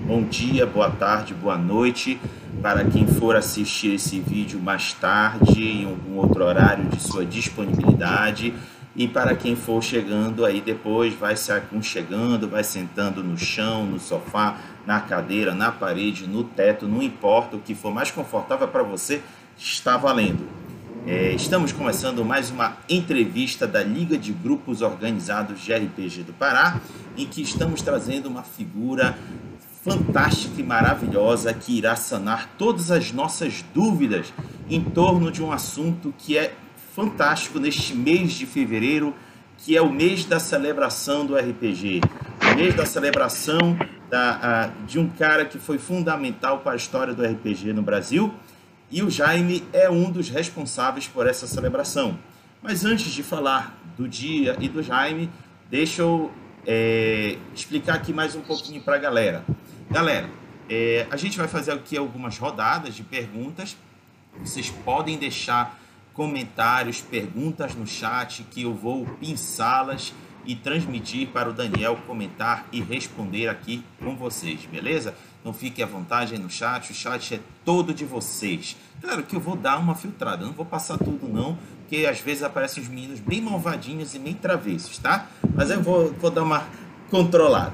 bom dia, boa tarde, boa noite para quem for assistir esse vídeo mais tarde, em algum outro horário de sua disponibilidade. E para quem for chegando aí depois, vai se aconchegando, vai sentando no chão, no sofá, na cadeira, na parede, no teto, não importa, o que for mais confortável para você, está valendo. Estamos começando mais uma entrevista da Liga de Grupos Organizados de RPG do Pará, em que estamos trazendo uma figura fantástica e maravilhosa que irá sanar todas as nossas dúvidas em torno de um assunto que é fantástico neste mês de fevereiro, que é o mês da celebração do RPG, o mês da celebração de um cara que foi fundamental para a história do RPG no Brasil, e o Jaime é um dos responsáveis por essa celebração. Mas antes de falar do dia e do Jaime, deixa eu explicar aqui mais um pouquinho para a galera. Galera, a gente vai fazer aqui algumas rodadas de perguntas. Vocês podem deixar comentários, perguntas no chat, que eu vou pinçá-las e transmitir para o Daniel comentar e responder aqui com vocês, beleza? Então fiquem à vontade aí no chat, o chat é todo de vocês. Claro que eu vou dar uma filtrada, não vou passar tudo não, porque às vezes aparecem os meninos bem malvadinhos e meio travessos, tá? Mas eu vou dar uma controlada.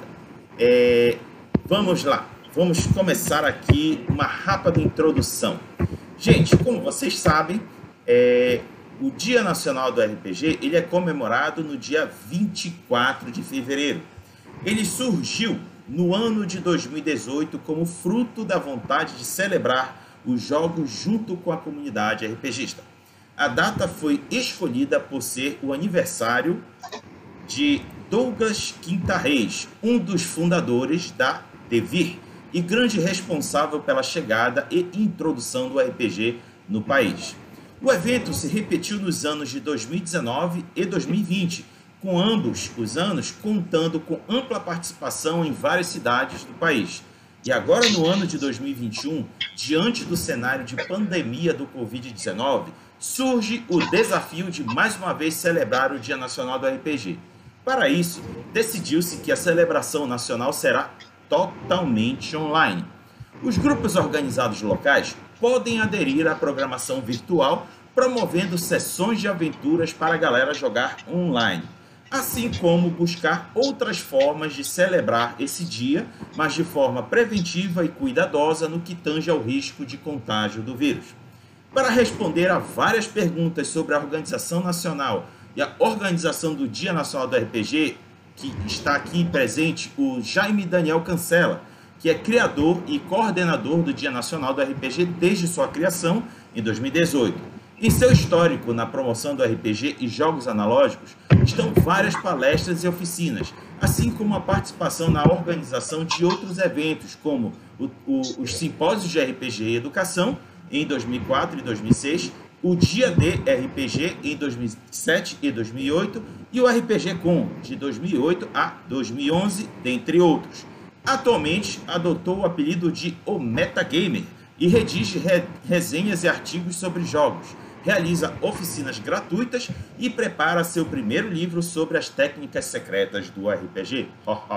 Vamos lá, vamos começar aqui uma rápida introdução. Gente, como vocês sabem, o Dia Nacional do RPG ele é comemorado no dia 24 de fevereiro. Ele surgiu no ano de 2018 como fruto da vontade de celebrar os jogos junto com a comunidade RPGista. A data foi escolhida por ser o aniversário de Douglas Quinta Reis, um dos fundadores da Devir e grande responsável pela chegada e introdução do RPG no país. O evento se repetiu nos anos de 2019 e 2020, com ambos os anos contando com ampla participação em várias cidades do país. E agora no ano de 2021, diante do cenário de pandemia do Covid-19, surge o desafio de mais uma vez celebrar o Dia Nacional do RPG. Para isso, decidiu-se que a celebração nacional será totalmente online. Os grupos organizados locais podem aderir à programação virtual, promovendo sessões de aventuras para a galera jogar online, assim como buscar outras formas de celebrar esse dia, mas de forma preventiva e cuidadosa no que tange ao risco de contágio do vírus. Para responder a várias perguntas sobre a organização nacional e a organização do Dia Nacional do RPG, que está aqui presente o Jaime Daniel Cancela, que é criador e coordenador do Dia Nacional do RPG desde sua criação em 2018. Em seu histórico na promoção do RPG e jogos analógicos, estão várias palestras e oficinas, assim como a participação na organização de outros eventos, como os simpósios de RPG e educação, em 2004 e 2006, o Dia D RPG, em 2007 e 2008, e o RPG Com, de 2008 a 2011, dentre outros. Atualmente, adotou o apelido de O Metagamer e redige resenhas e artigos sobre jogos, realiza oficinas gratuitas e prepara seu primeiro livro sobre as técnicas secretas do RPG.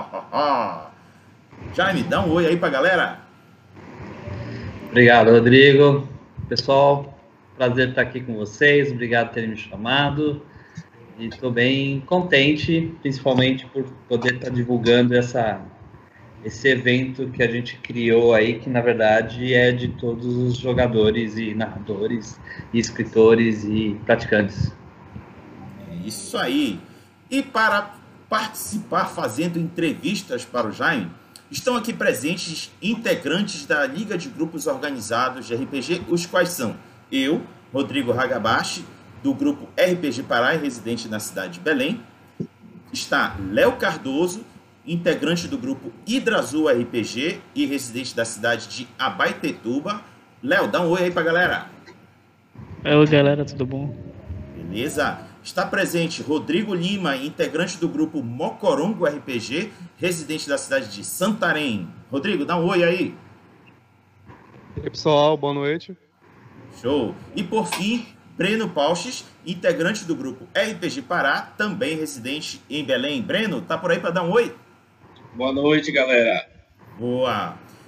Jaime, dá um oi aí pra galera. Obrigado, Rodrigo. Pessoal, prazer estar aqui com vocês, obrigado por terem me chamado. E estou bem contente, principalmente por poder estar divulgando esse evento que a gente criou aí, que na verdade é de todos os jogadores e narradores, e escritores e praticantes. É isso aí. E para participar fazendo entrevistas para o Jaime, estão aqui presentes integrantes da Liga de Grupos Organizados de RPG, os quais são eu, Rodrigo Hagabashi, do grupo RPG Pará e residente na cidade de Belém. Está Léo Cardoso, integrante do grupo Hidrazul RPG e residente da cidade de Abaetetuba. Léo, dá um oi aí pra galera. Oi, galera, tudo bom? Beleza? Está presente Rodrigo Lima, integrante do grupo Mocorongo RPG, residente da cidade de Santarém. Rodrigo, dá um oi aí. E aí, pessoal, boa noite. Show. E por fim, Breno Pauches, integrante do grupo RPG Pará, também residente em Belém. Breno, tá por aí para dar um oi? Boa noite, galera. Boa.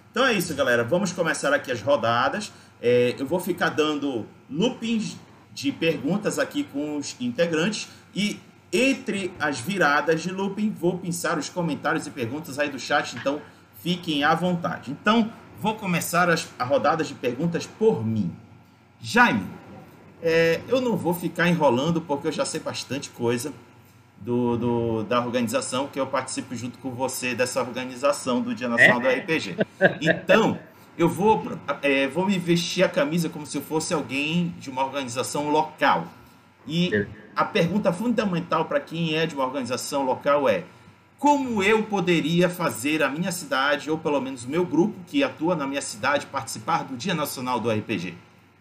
Então é isso, galera. Vamos começar aqui as rodadas. Eu vou ficar dando loopings de perguntas aqui com os integrantes e entre as viradas de looping vou pensar os comentários e perguntas aí do chat, então fiquem à vontade. Então, vou começar a rodadas de perguntas por mim. Jaime, eu não vou ficar enrolando porque eu já sei bastante coisa da organização, que eu participo junto com você dessa organização do Dia Nacional do RPG. Então, eu vou me vestir a camisa como se eu fosse alguém de uma organização local. E a pergunta fundamental para quem é de uma organização local é: como eu poderia fazer a minha cidade, ou pelo menos o meu grupo que atua na minha cidade, participar do Dia Nacional do RPG?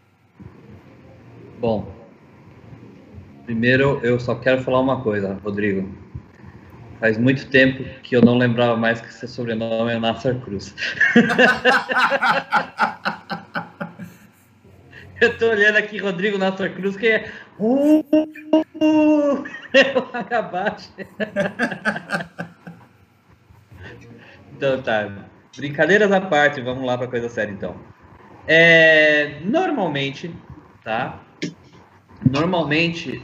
Bom, primeiro eu só quero falar uma coisa, Rodrigo. Faz muito tempo que eu não lembrava mais que seu sobrenome é Nassar Cruz. Eu tô olhando aqui, Rodrigo Nassar Cruz, que é... abaixo. Então tá, brincadeiras à parte, vamos lá para coisa séria então. Normalmente, tá? Normalmente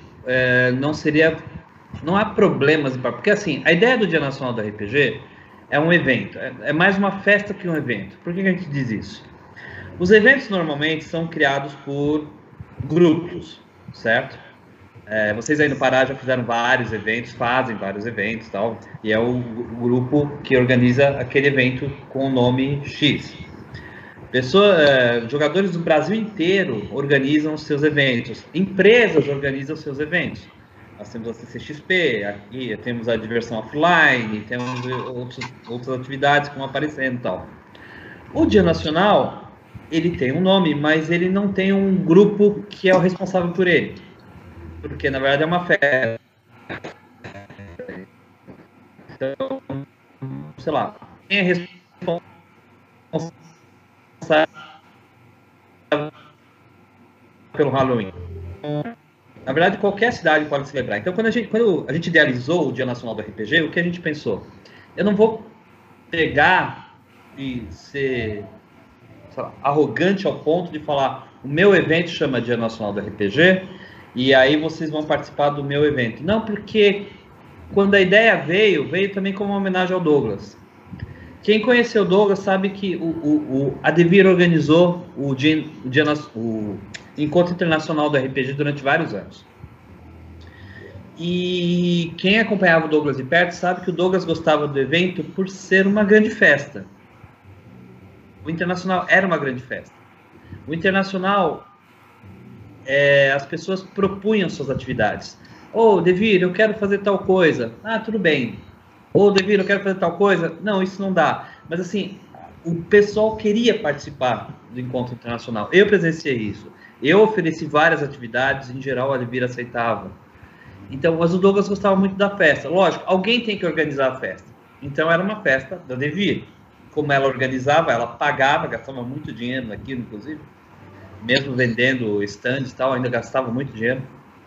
não há problemas, porque assim, a ideia do Dia Nacional do RPG é um evento, é mais uma festa que um evento. Por que a gente diz isso? Os eventos normalmente são criados por grupos, certo? Vocês aí no Pará já fizeram vários eventos, fazem vários eventos e tal, e é o grupo que organiza aquele evento com o nome X. Jogadores do Brasil inteiro organizam os seus eventos, empresas organizam os seus eventos. Nós temos a CCXP, aqui temos a diversão offline, temos outras atividades que vão aparecendo e tal. O Dia Nacional, ele tem um nome, mas ele não tem um grupo que é o responsável por ele. Porque, na verdade, é uma festa. Então, sei lá, quem é responsável pelo Halloween? Na verdade, qualquer cidade pode celebrar. Então, quando a gente idealizou o Dia Nacional do RPG, o que a gente pensou? Eu não vou pegar e ser, sei lá, arrogante ao ponto de falar: o meu evento chama Dia Nacional do RPG e aí vocês vão participar do meu evento. Não, porque quando a ideia veio também como uma homenagem ao Douglas. Quem conheceu o Douglas sabe que a Devir organizou o Encontro Internacional do RPG durante vários anos. E quem acompanhava o Douglas de perto sabe que o Douglas gostava do evento por ser uma grande festa. O Internacional era uma grande festa. O Internacional, as pessoas propunham suas atividades. Devir, eu quero fazer tal coisa. Ah, tudo bem. Devir, eu quero fazer tal coisa. Não, isso não dá. Mas assim, o pessoal queria participar do Encontro Internacional. Eu presenciei isso. Eu ofereci várias atividades, em geral a Devir aceitava. Então, mas o Douglas gostava muito da festa. Lógico, alguém tem que organizar a festa. Então, era uma festa da Devir. Como ela organizava, ela pagava, gastava muito dinheiro naquilo, inclusive. Mesmo vendendo stands e tal, ainda gastava muito dinheiro.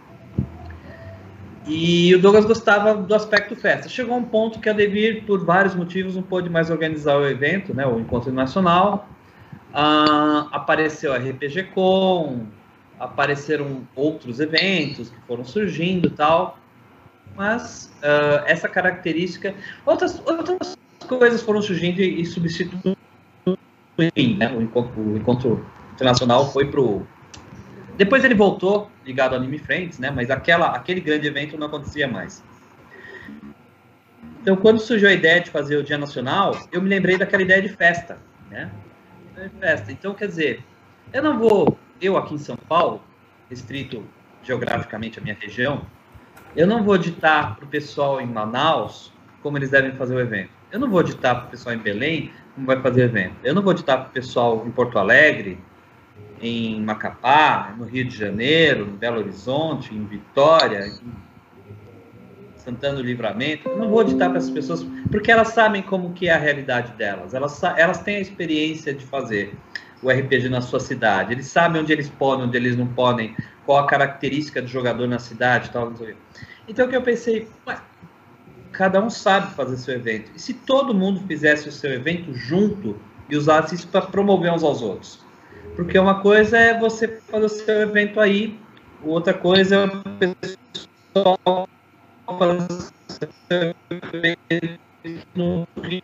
E o Douglas gostava do aspecto festa. Chegou um ponto que a Devir, por vários motivos, não pôde mais organizar o evento, né, o Encontro Nacional. Apareceu a RPG Con, apareceram outros eventos que foram surgindo e tal, mas essa característica, outras coisas foram surgindo e substituindo, né? O encontro internacional foi pro... Depois ele voltou, ligado ao Anime Friends, né? Mas aquele grande evento não acontecia mais. Então, quando surgiu a ideia de fazer o Dia Nacional, eu me lembrei daquela ideia de festa, né? Então, quer dizer, eu aqui em São Paulo, restrito geograficamente a minha região, eu não vou ditar para o pessoal em Manaus como eles devem fazer o evento. Eu não vou ditar para o pessoal em Belém como vai fazer o evento. Eu não vou ditar para o pessoal em Porto Alegre, em Macapá, no Rio de Janeiro, em Belo Horizonte, em Vitória, em Santana do Livramento. Eu não vou ditar para essas pessoas, porque elas sabem como que é a realidade delas. Elas têm a experiência de fazer o RPG na sua cidade. Eles sabem onde eles podem, onde eles não podem, qual a característica do jogador na cidade, tal, não sei o quê. Então, o que eu pensei, cada um sabe fazer seu evento. E se todo mundo fizesse o seu evento junto, e usasse isso para promover uns aos outros. Porque uma coisa é você fazer o seu evento aí, outra coisa é o pessoal fazer o seu evento no Rio,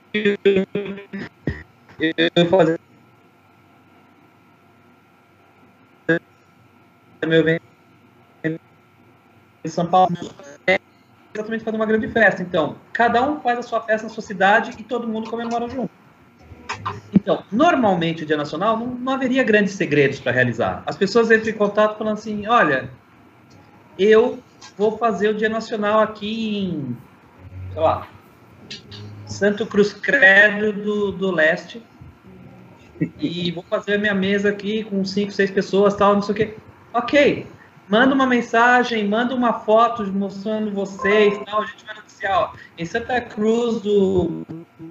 eu fazer meu evento em São Paulo, é exatamente fazer uma grande festa. Então, cada um faz a sua festa na sua cidade e todo mundo comemora junto. Então, normalmente o Dia Nacional não haveria grandes segredos para realizar. As pessoas entram em contato falando assim, olha, eu vou fazer o Dia Nacional aqui em, sei lá, Santo Cruz Credo do Leste, e vou fazer a minha mesa aqui com 5, 6 pessoas, tal, não sei o quê. Ok, manda uma mensagem, manda uma foto mostrando vocês, tal, a gente vai noticiar, ó, em Santa Cruz do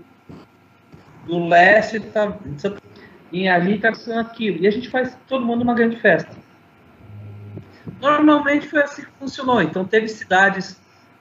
Leste, tá, e ali tá sendo aquilo, e a gente faz todo mundo uma grande festa. Normalmente foi assim que funcionou. Então teve cidades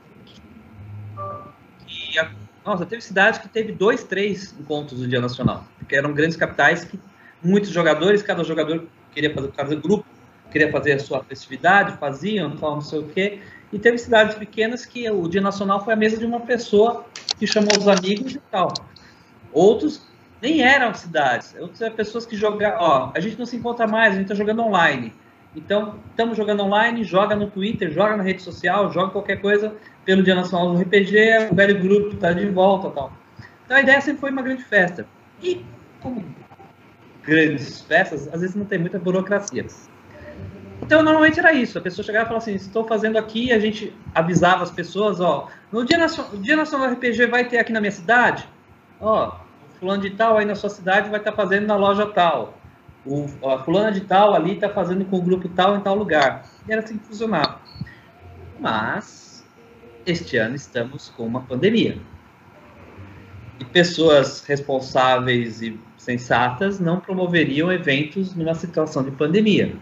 que teve 2, 3 encontros do Dia Nacional, porque eram grandes capitais que muitos jogadores, cada jogador queria fazer grupo, queria fazer a sua festividade, faziam, tal, não sei o quê. E teve cidades pequenas que o Dia Nacional foi a mesa de uma pessoa que chamou os amigos e tal. Outros nem eram cidades, outros eram pessoas que jogavam, ó, a gente não se encontra mais, a gente está jogando online. Então, estamos jogando online, joga no Twitter, joga na rede social, joga qualquer coisa pelo Dia Nacional do RPG, o velho grupo está de volta e tal. Então, a ideia sempre foi uma grande festa. E, como grandes festas, às vezes não tem muita burocracia. Então, normalmente era isso. A pessoa chegava e falava assim, estou fazendo aqui, a gente avisava as pessoas, ó, no Dia Nacional do RPG vai ter aqui na minha cidade, ó, fulano de tal aí na sua cidade vai estar fazendo na loja tal. A fulana de tal ali está fazendo com o grupo tal em tal lugar. E era assim que funcionava. Mas, este ano estamos com uma pandemia. E pessoas responsáveis e sensatas não promoveriam eventos numa situação de pandemia.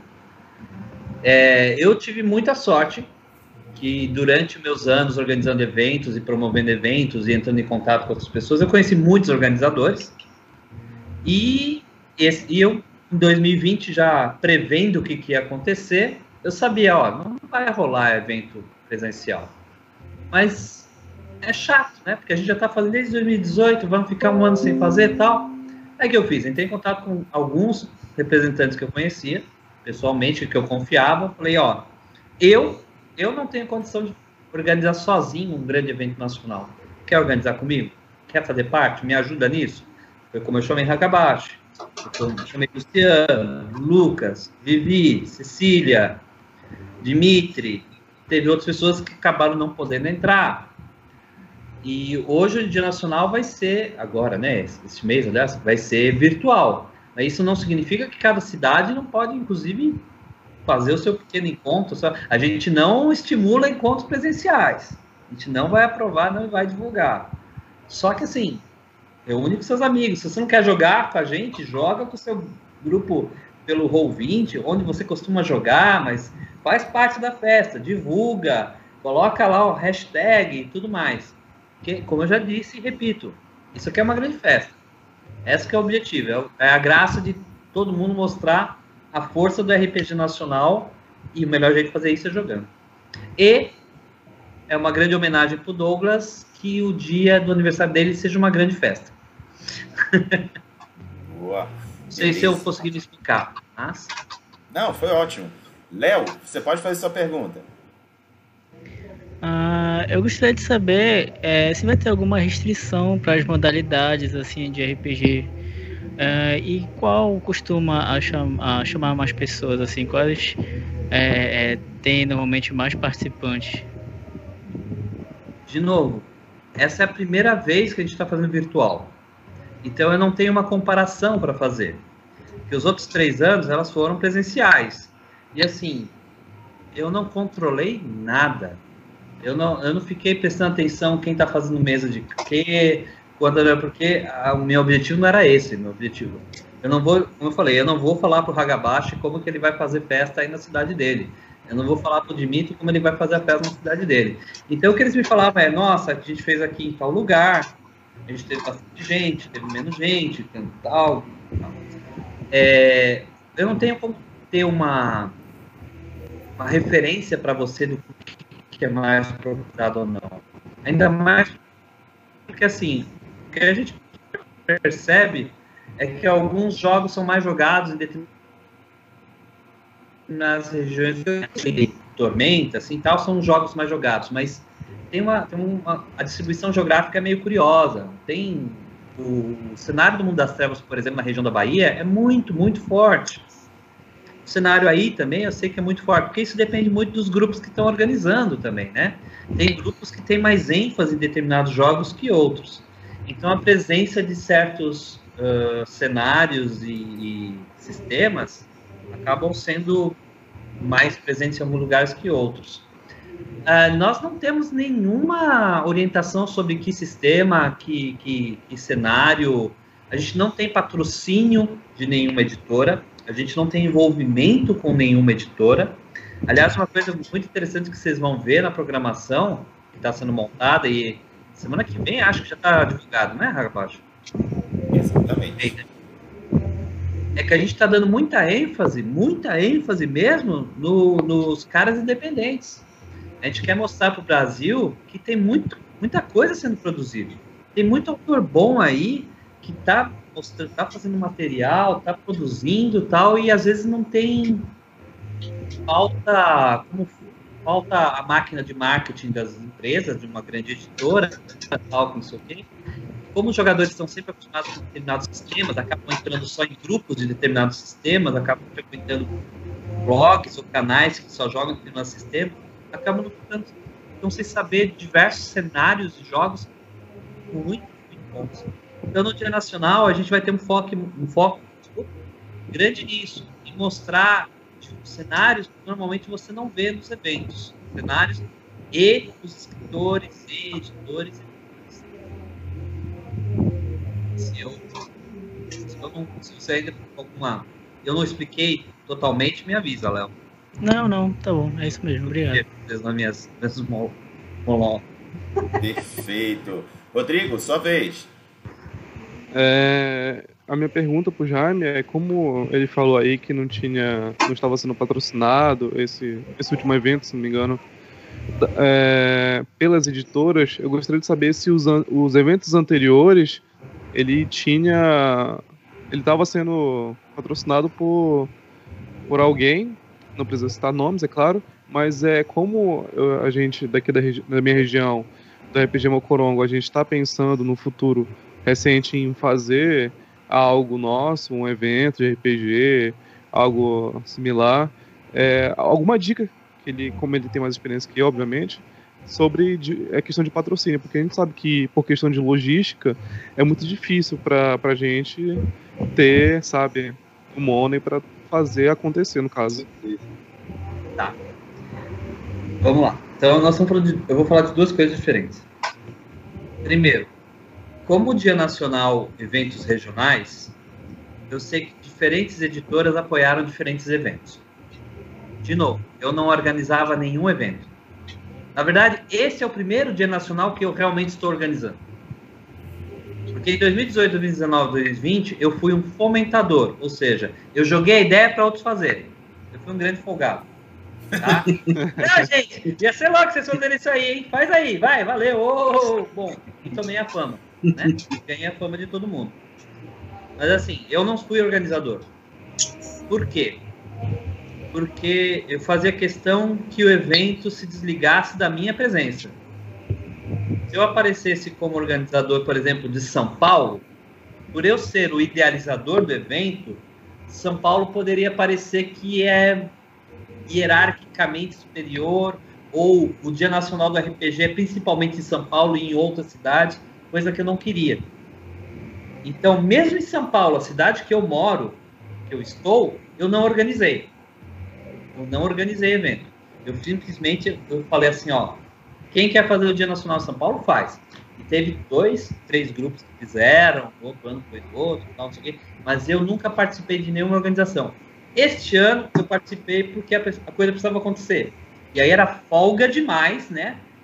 Eu tive muita sorte que durante meus anos organizando eventos e promovendo eventos e entrando em contato com outras pessoas, eu conheci muitos organizadores. E eu, em 2020, já prevendo o que ia acontecer, eu sabia, ó, não vai rolar evento presencial. Mas é chato, né? Porque a gente já está fazendo desde 2018, vamos ficar um ano sem fazer e tal. Aí que eu fiz? Entrei em contato com alguns representantes que eu conhecia, pessoalmente, que eu confiava. Falei, ó, eu não tenho condição de organizar sozinho um grande evento nacional. Quer organizar comigo? Quer fazer parte? Me ajuda nisso? Foi como eu chamei Hagabashi. Eu chamei Luciano, Lucas, Vivi, Cecília, Dimitri. Teve outras pessoas que acabaram não podendo entrar. E hoje o Dia Nacional vai ser, agora, né, este mês, aliás, vai ser virtual. Mas isso não significa que cada cidade não pode, inclusive, fazer o seu pequeno encontro. A gente não estimula encontros presenciais. A gente não vai aprovar, não vai divulgar. Só que, assim, reúne com seus amigos. Se você não quer jogar com a gente, joga com o seu grupo pelo Roll20, onde você costuma jogar, mas faz parte da festa, divulga, coloca lá o hashtag e tudo mais. Porque, como eu já disse e repito, isso aqui é uma grande festa. Esse que é o objetivo, é a graça de todo mundo mostrar a força do RPG nacional, e o melhor jeito de fazer isso é jogando. E é uma grande homenagem para o Douglas, que o dia do aniversário dele seja uma grande festa. Boa. Não sei se eu consegui me explicar, mas... Não, foi ótimo. Léo, você pode fazer sua pergunta. Eu gostaria de saber se vai ter alguma restrição para as modalidades assim, de RPG. E qual costuma chamar mais pessoas? Assim, quais tem normalmente mais participantes? De novo, essa é a primeira vez que a gente está fazendo virtual. Então eu não tenho uma comparação para fazer. Porque os outros 3 anos elas foram presenciais. E assim, eu não controlei nada. Eu não fiquei prestando atenção quem está fazendo mesa de quê, quando era, porque o meu objetivo não era esse, meu objetivo. Eu não vou, como eu falei, eu não vou falar para o Hagabashi como que ele vai fazer festa aí na cidade dele. Eu não vou falar para o Dimitri como ele vai fazer a festa na cidade dele. Então o que eles me falavam nossa, a gente fez aqui em tal lugar, a gente teve bastante gente, teve menos gente, tal. Eu não tenho como ter uma referência para você do que é mais procurado ou não. Ainda mais porque, assim, o que a gente percebe é que alguns jogos são mais jogados em determinadas regiões, Tormenta, assim, tal, são os jogos mais jogados, mas a distribuição geográfica é meio curiosa. Tem o cenário do Mundo das Trevas, por exemplo, na região da Bahia, é muito, muito forte. O cenário aí também, eu sei que é muito forte, porque isso depende muito dos grupos que estão organizando também, né? Tem grupos que têm mais ênfase em determinados jogos que outros. Então, a presença de certos cenários e sistemas acabam sendo mais presentes em alguns lugares que outros. Nós não temos nenhuma orientação sobre que sistema, que cenário. A gente não tem patrocínio de nenhuma editora, a gente não tem envolvimento com nenhuma editora. Aliás, uma coisa muito interessante que vocês vão ver na programação, que está sendo montada, e semana que vem acho que já está divulgado, né, rapaz? Exatamente. É que a gente está dando muita ênfase mesmo nos caras independentes. A gente quer mostrar para o Brasil que tem muita coisa sendo produzida. Tem muito autor bom aí que está fazendo material, está produzindo tal, e às vezes não tem falta a máquina de marketing das empresas, de uma grande editora, tal, não sei o quê. Como os jogadores estão sempre acostumados com determinados sistemas, acabam entrando só em grupos de determinados sistemas, acabam frequentando blogs ou canais que só jogam em determinados sistemas, acabam não sem saber diversos cenários de jogos muito, muito bons. Então, no Dia Nacional, a gente vai ter um foco grande nisso, em mostrar cenários que normalmente você não vê nos eventos. Cenários e os escritores e editores. Se você ainda eu não expliquei totalmente, me avisa, Léo. Não, tá bom, é isso mesmo, obrigado. Perfeito. Rodrigo, sua vez. A minha pergunta pro Jaime é como ele falou aí que não estava sendo patrocinado esse último evento, se não me engano, pelas editoras. Eu gostaria de saber se os eventos anteriores ele estava sendo patrocinado por alguém, não precisa citar nomes, é claro, mas como a gente daqui da minha região, do RPG Mocorongo, a gente está pensando no futuro recente em fazer algo nosso, um evento de RPG, algo similar, alguma dica que como ele tem mais experiência que eu, obviamente, sobre a questão de patrocínio, porque a gente sabe que por questão de logística é muito difícil para a gente ter, sabe, o money para fazer acontecer, no caso. Tá. Vamos lá. Então, eu vou falar de duas coisas diferentes. Primeiro, como o Dia Nacional eventos regionais, eu sei que diferentes editoras apoiaram diferentes eventos. De novo, eu não organizava nenhum evento. Na verdade, esse é o primeiro Dia Nacional que eu realmente estou organizando. Porque em 2018, 2019, 2020, eu fui um fomentador, ou seja, eu joguei a ideia para outros fazerem. Eu fui um grande folgado. Tá? Gente, ia ser logo que vocês fazerem isso aí, hein? Faz aí, vai, valeu. Bom, e tomei a fama, né? Ganhei a fama de todo mundo. Mas assim, eu não fui organizador. Por quê? Porque eu fazia questão que o evento se desligasse da minha presença. Se eu aparecesse como organizador, por exemplo, de São Paulo, por eu ser o idealizador do evento, São Paulo poderia parecer que é hierarquicamente superior, ou o Dia Nacional do RPG, principalmente em São Paulo e em outras cidades, coisa que eu não queria. Então, mesmo em São Paulo, a cidade que eu moro, que eu estou, eu não organizei. Eu não organizei evento. Eu simplesmente falei assim, ó, quem quer fazer o Dia Nacional de São Paulo, faz. E teve 2, 3 grupos que fizeram, outro ano foi outro, tal, não sei o quê, mas eu nunca participei de nenhuma organização. Este ano eu participei porque a coisa precisava acontecer. E aí era folga demais, né?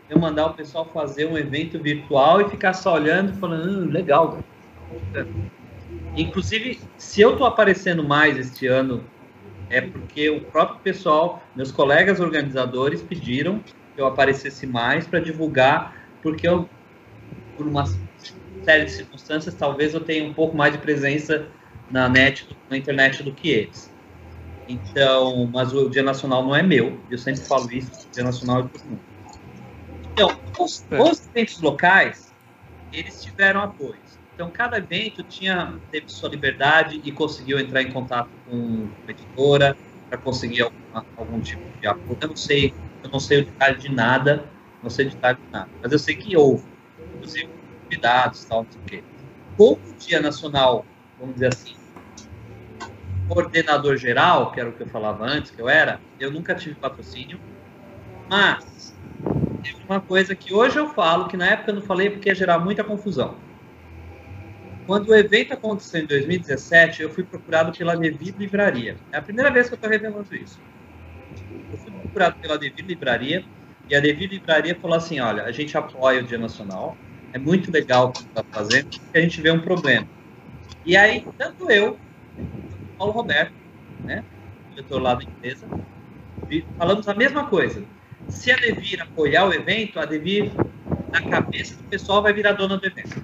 eu mandar o pessoal fazer um evento virtual e ficar só olhando e falando, legal. Inclusive, se eu estou aparecendo mais este ano, é porque o próprio pessoal, meus colegas organizadores pediram que eu aparecesse mais para divulgar, porque eu, por uma série de circunstâncias, talvez eu tenha um pouco mais de presença na internet do que eles. Então, mas o Dia Nacional não é meu, eu sempre falo isso, o Dia Nacional é de todo mundo. Então, os eventos locais, eles tiveram apoio. Então, cada evento teve sua liberdade e conseguiu entrar em contato com uma editora para conseguir algum tipo de apoio. Eu não sei o detalhe de nada, mas eu sei que houve, inclusive, convidados, tal, não sei o quê. Como o Dia Nacional, vamos dizer assim, coordenador geral, que era o que eu falava antes, eu nunca tive patrocínio, mas teve uma coisa que hoje eu falo, que na época eu não falei porque ia gerar muita confusão. Quando o evento aconteceu em 2017, eu fui procurado pela Devir Livraria. É a primeira vez que eu estou revelando isso. Eu fui procurado pela Devir Livraria, e a Devir Livraria falou assim, olha, a gente apoia o Dia Nacional, é muito legal o que você está fazendo, porque a gente vê um problema. E aí, tanto eu, Paulo Roberto, né, diretor lá da empresa, falamos a mesma coisa. Se a Devir apoiar o evento, a Devir, na cabeça do pessoal, vai virar dona do evento.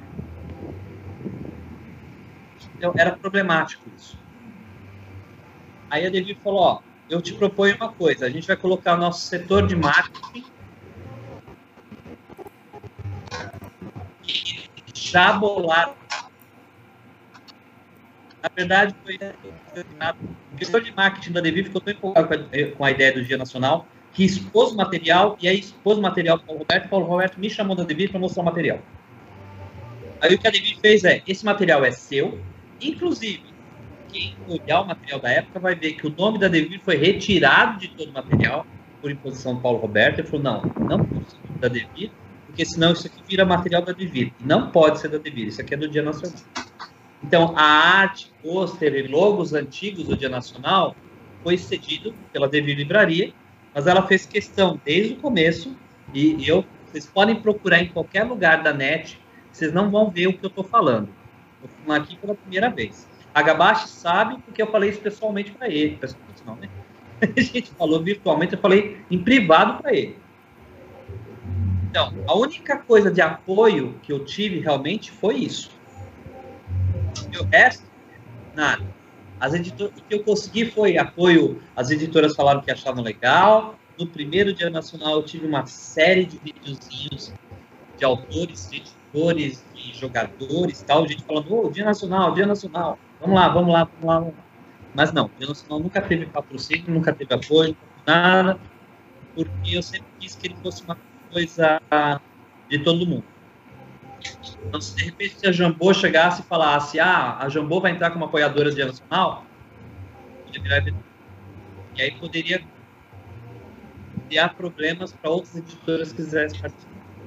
Então, era problemático isso. Aí a Devir falou, ó, eu te proponho uma coisa, a gente vai colocar o nosso setor de marketing e já bolar. Na verdade, o setor de marketing da Devir ficou tão empolgado com a ideia do Dia Nacional que expôs o material, e aí expôs o material para o Paulo Roberto me chamou da Devir para mostrar o material. Aí o que a Devir fez esse material é seu, inclusive, quem olhar o material da época vai ver que o nome da Devir foi retirado de todo o material por imposição do Paulo Roberto. Ele falou, não pode ser da Devir, porque senão isso aqui vira material da Devir. E não pode ser da Devir, isso aqui é do Dia Nacional. Então, a arte, pôster e logos antigos do Dia Nacional foi cedido pela Devir Livraria, mas ela fez questão desde o começo, e vocês podem procurar em qualquer lugar da net, vocês não vão ver o que eu estou falando. Eu estou aqui pela primeira vez. A Gabashi sabe porque eu falei isso pessoalmente para ele. Pessoalmente não, né? A gente falou virtualmente, eu falei em privado para ele. Então, a única coisa de apoio que eu tive realmente foi isso. E o resto, nada. O que eu consegui foi apoio. As editoras falaram que achavam legal. No primeiro Dia Nacional eu tive uma série de videozinhos de autores, de editores, de jogadores, tal, gente falando, Dia Nacional, vamos lá. Mas não, o Dia Nacional nunca teve patrocínio, nunca teve apoio, nada, porque eu sempre quis que ele fosse uma coisa de todo mundo. Então, se de repente a Jambô chegasse e falasse, a Jambô vai entrar como apoiadora do Dia Nacional, poderia virar evento. E aí poderia criar problemas para outras editoras que quisessem participar.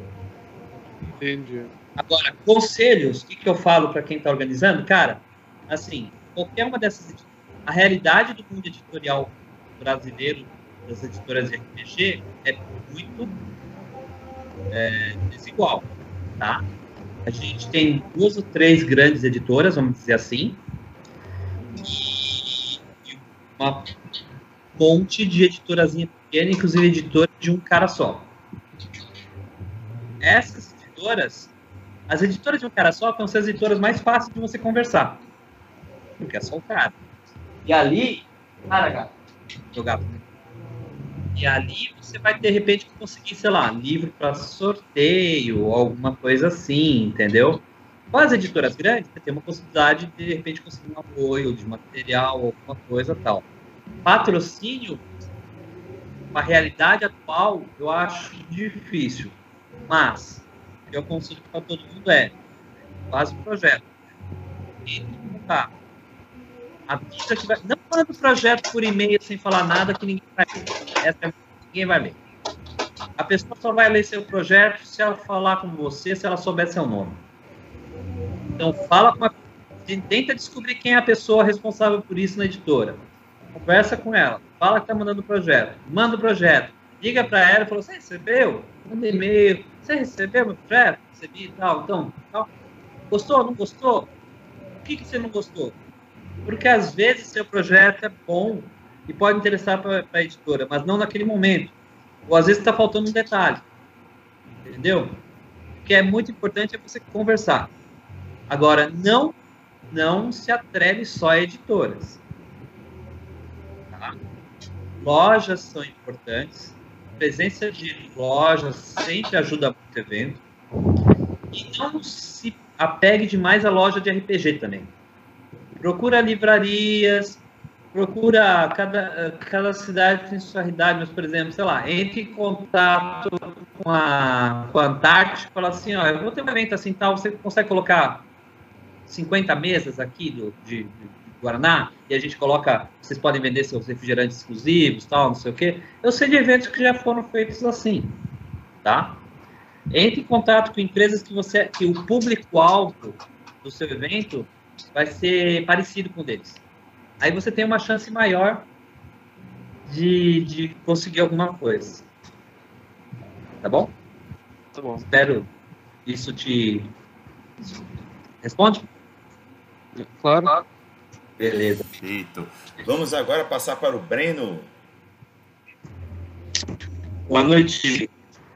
Entendi. Agora, conselhos, o que eu falo para quem está organizando? Cara, assim, qualquer uma dessas editoras, a realidade do mundo editorial brasileiro, das editoras de RPG, é muito desigual, tá? A gente tem 2 ou 3 grandes editoras, vamos dizer assim, e uma monte de editorazinha pequena, inclusive editora de um cara só. Essas editoras, as editoras de um cara só vão ser as editoras mais fáceis de você conversar, porque é só o cara. E ali, e ali você vai, de repente, conseguir, sei lá, livro para sorteio, alguma coisa assim, entendeu? Com as editoras grandes, você tem uma possibilidade de repente, conseguir um apoio de material, alguma coisa tal. Patrocínio, a realidade atual, eu acho difícil. Mas, o que eu consigo para todo mundo faz um projeto. E tá. Avisa que vai. Não manda o projeto por e-mail sem falar nada que ninguém vai ler. Ninguém vai ler. A pessoa só vai ler seu projeto se ela falar com você, se ela souber seu nome. Então, fala com tenta descobrir quem é a pessoa responsável por isso na editora. Conversa com ela. Fala que está mandando o projeto. Manda o projeto. liga para ela e fala, você recebeu? Manda e-mail. Você recebeu meu projeto? Recebi e tal. Então, tal. Gostou? Não gostou? O que você não gostou? Porque às vezes seu projeto é bom e pode interessar para a editora, mas não naquele momento. Ou às vezes está faltando um detalhe. Entendeu? O que é muito importante é você conversar. Agora, não se atreve só a editoras. Tá? Lojas são importantes. Presença de lojas sempre ajuda muito o evento. E não se apegue demais à loja de RPG também. Procura livrarias, procura cada cidade tem sua realidade, mas, por exemplo, sei lá, entre em contato com a Antártica e fala assim, ó, eu vou ter um evento assim tal, você consegue colocar 50 mesas aqui de Guaraná, e a gente coloca, vocês podem vender seus refrigerantes exclusivos, tal, não sei o quê. Eu sei de eventos que já foram feitos assim, tá? Entre em contato com empresas que o público-alvo do seu evento vai ser parecido com o deles. Aí você tem uma chance maior de conseguir alguma coisa. Tá bom? Tá bom. Espero isso te... Responde? Claro. Beleza. Perfeito. Vamos agora passar para o Breno. Boa noite.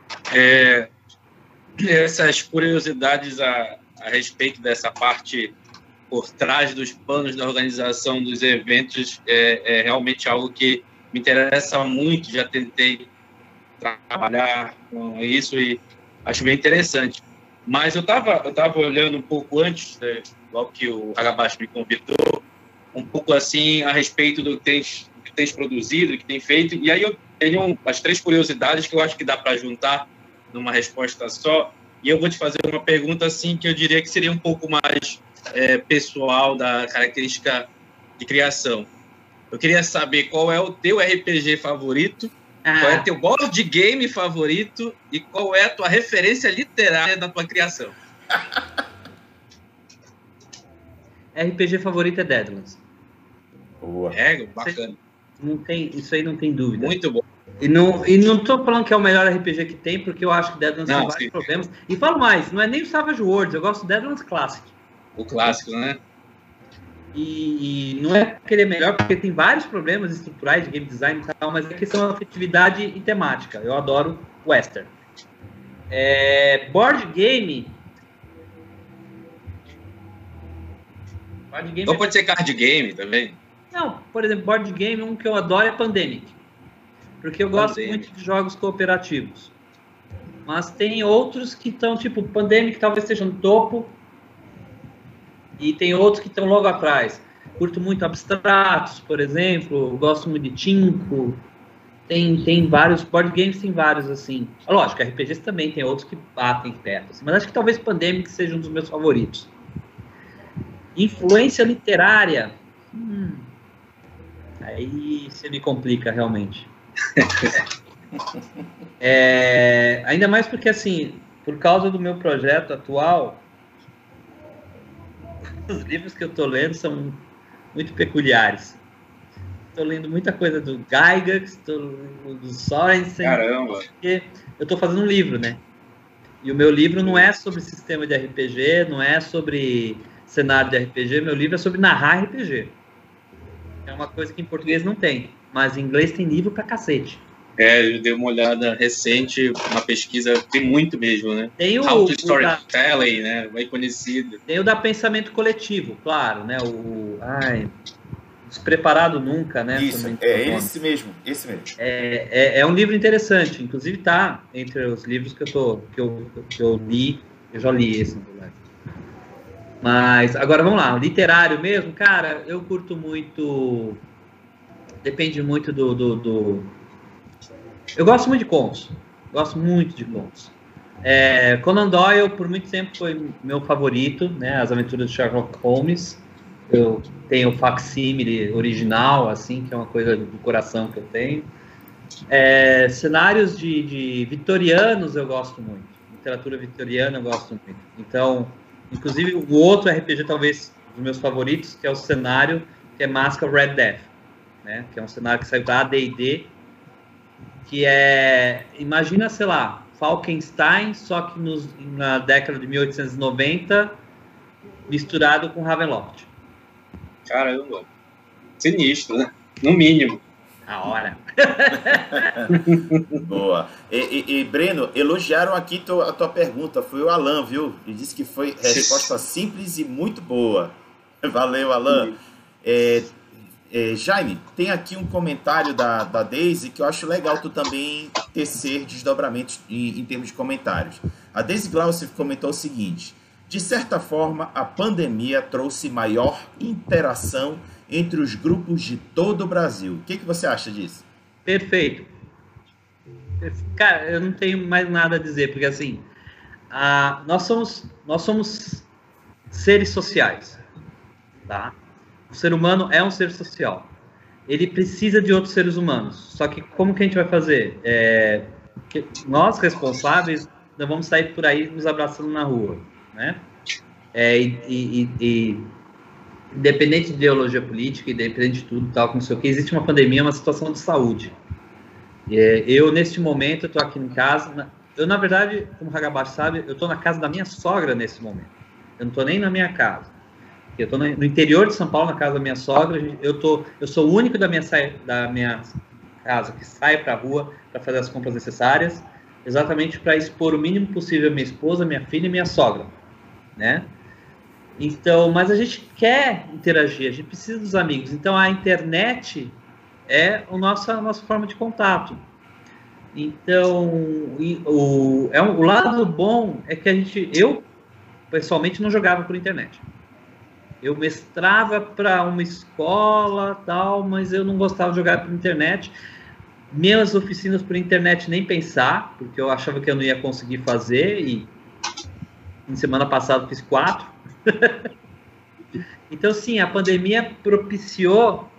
Essas curiosidades a respeito dessa parte por trás dos panos da organização dos eventos é realmente algo que me interessa muito. Já tentei trabalhar com isso e acho bem interessante. Mas eu tava olhando um pouco antes, logo que o Hagabashi me convidou, um pouco assim a respeito do que tens produzido, do que tem feito. E aí eu tenho as 3 curiosidades que eu acho que dá para juntar numa resposta só. E eu vou te fazer uma pergunta assim que eu diria que seria um pouco mais pessoal da característica de criação. Eu queria saber qual é o teu RPG favorito, qual é o teu board game favorito e qual é a tua referência literária da tua criação. RPG favorito é Deadlands. Boa. Bacana. Isso aí não tem dúvida. Muito bom. E não tô falando que é o melhor RPG que tem, porque eu acho que Deadlands tem vários problemas. E falo mais, não é nem o Savage Worlds, eu gosto do Deadlands Classic. O clássico, né? E não é porque ele é melhor, porque tem vários problemas estruturais de game design e tal, mas é questão de afetividade e temática. Eu adoro Western. Board game... Ou pode ser card game também? Não, por exemplo, board game, um que eu adoro é Pandemic. Porque eu gosto muito de jogos cooperativos. Mas tem outros que estão, tipo, Pandemic talvez seja no topo. E tem outros que estão logo atrás. Curto muito Abstratos, por exemplo. Gosto muito de Tinko. Tem vários, board games tem vários, assim. Lógico, RPGs também tem outros que batem perto. Assim, mas acho que talvez Pandemic seja um dos meus favoritos. Influência literária. Aí você me complica, realmente. Ainda mais porque, assim, por causa do meu projeto atual, os livros que eu estou lendo são muito peculiares. Estou lendo muita coisa do Gygax, do Sorensen. Caramba! Porque eu estou fazendo um livro, né? E o meu livro não é sobre sistema de RPG, não é sobre cenário de RPG, meu livro é sobre narrar RPG. É uma coisa que em português não tem, mas em inglês tem livro pra cacete. Eu dei uma olhada recente, uma pesquisa, tem muito mesmo, né? Tem How to Storytelling, né? Bem conhecido. Tem o da Pensamento Coletivo, claro, né? Despreparado Nunca, né? Isso, esse mesmo. É um livro interessante, inclusive tá entre os livros que eu li, eu já li esse, mas agora vamos lá, literário mesmo, cara, eu curto muito, depende muito eu gosto muito de contos, Conan Doyle por muito tempo foi meu favorito, né, As Aventuras de Sherlock Holmes. Eu tenho o facsímile original, assim, que é uma coisa do coração que eu tenho. Cenários de vitorianos eu gosto muito, literatura vitoriana eu gosto muito, então... Inclusive, o outro RPG, talvez, dos meus favoritos, que é o cenário, que é Masca Red Death, né? Que é um cenário que saiu da AD&D, que é, imagina, sei lá, Falkenstein, só que na década de 1890, misturado com Ravenloft. Caramba. Sinistro, né? No mínimo. A hora. Boa. E Breno, elogiaram aqui a tua pergunta. Foi o Alan, viu? Ele disse que foi resposta simples e muito boa. Valeu, Alan. Jaime, tem aqui um comentário da Daisy que eu acho legal tu também tecer desdobramentos em termos de comentários. A Daisy Glaucio comentou o seguinte: de certa forma, a pandemia trouxe maior interação entre os grupos de todo o Brasil. O que você acha disso? Perfeito. Cara, eu não tenho mais nada a dizer, porque assim, nós somos seres sociais, tá? O ser humano é um ser social. Ele precisa de outros seres humanos. Só que como que a gente vai fazer? Nós, responsáveis, não vamos sair por aí nos abraçando na rua, né? Independente de ideologia política, independente de tudo, tal, não sei o que, existe uma pandemia, uma situação de saúde. Eu, neste momento, estou aqui em casa. Eu, na verdade, como o Hagabashi sabe, eu estou na casa da minha sogra nesse momento. Eu não estou nem na minha casa. Eu estou no interior de São Paulo, na casa da minha sogra. Eu sou o único da minha casa que sai para a rua para fazer as compras necessárias, exatamente para expor o mínimo possível a minha esposa, minha filha e minha sogra, né? Então, mas a gente quer interagir, a gente precisa dos amigos. Então, a internet é a nossa forma de contato. Então, o lado bom é que eu, pessoalmente, não jogava por internet. Eu mestrava para uma escola, tal, mas eu não gostava de jogar por internet. Minhas oficinas por internet nem pensar, porque eu achava que eu não ia conseguir fazer, e na semana passada fiz 4. Então, sim, a pandemia propiciou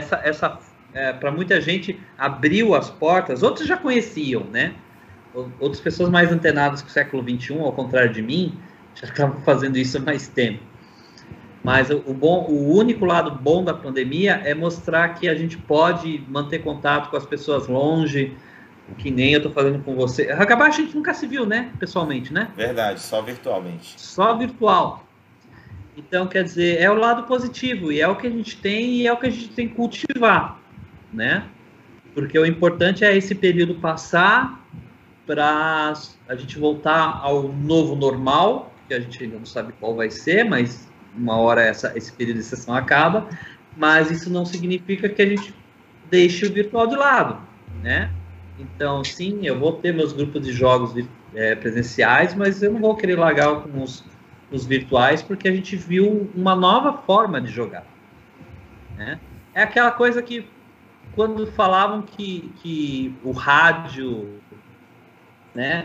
para muita gente, abriu as portas. Outros já conheciam, né? Outras pessoas mais antenadas com o século XXI, ao contrário de mim, já estavam fazendo isso há mais tempo. Mas o único lado bom da pandemia é mostrar que a gente pode manter contato com as pessoas longe, que nem eu estou fazendo com você. Hagabashi a gente nunca se viu, né? Pessoalmente, né? Verdade, só virtualmente. Só virtual. Então, quer dizer, é o lado positivo, e é o que a gente tem, e é o que a gente tem que cultivar, né? Porque o importante é esse período passar para a gente voltar ao novo normal, que a gente ainda não sabe qual vai ser, mas uma hora esse período de sessão acaba, mas isso não significa que a gente deixe o virtual de lado, né? Então, sim, eu vou ter meus grupos de jogos presenciais, mas eu não vou querer largar com os virtuais, porque a gente viu uma nova forma de jogar, né? É aquela coisa que, quando falavam que o rádio, né?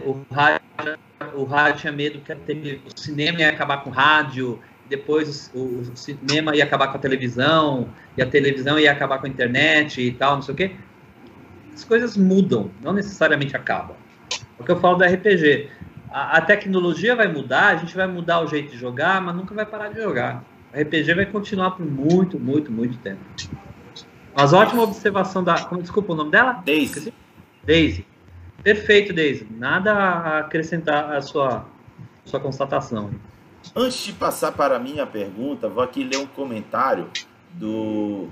O rádio tinha medo que o cinema ia acabar com o rádio, depois o cinema ia acabar com a televisão, e a televisão ia acabar com a internet e tal, não sei o quê. As coisas mudam, não necessariamente acabam. É o que eu falo do RPG. A tecnologia vai mudar, a gente vai mudar o jeito de jogar, mas nunca vai parar de jogar. O RPG vai continuar por muito, muito, muito tempo. Mas ótima observação desculpa o nome dela? Daisy. Daisy. Perfeito, Daisy. Nada a acrescentar à sua constatação. Antes de passar para a minha pergunta, vou aqui ler um comentário do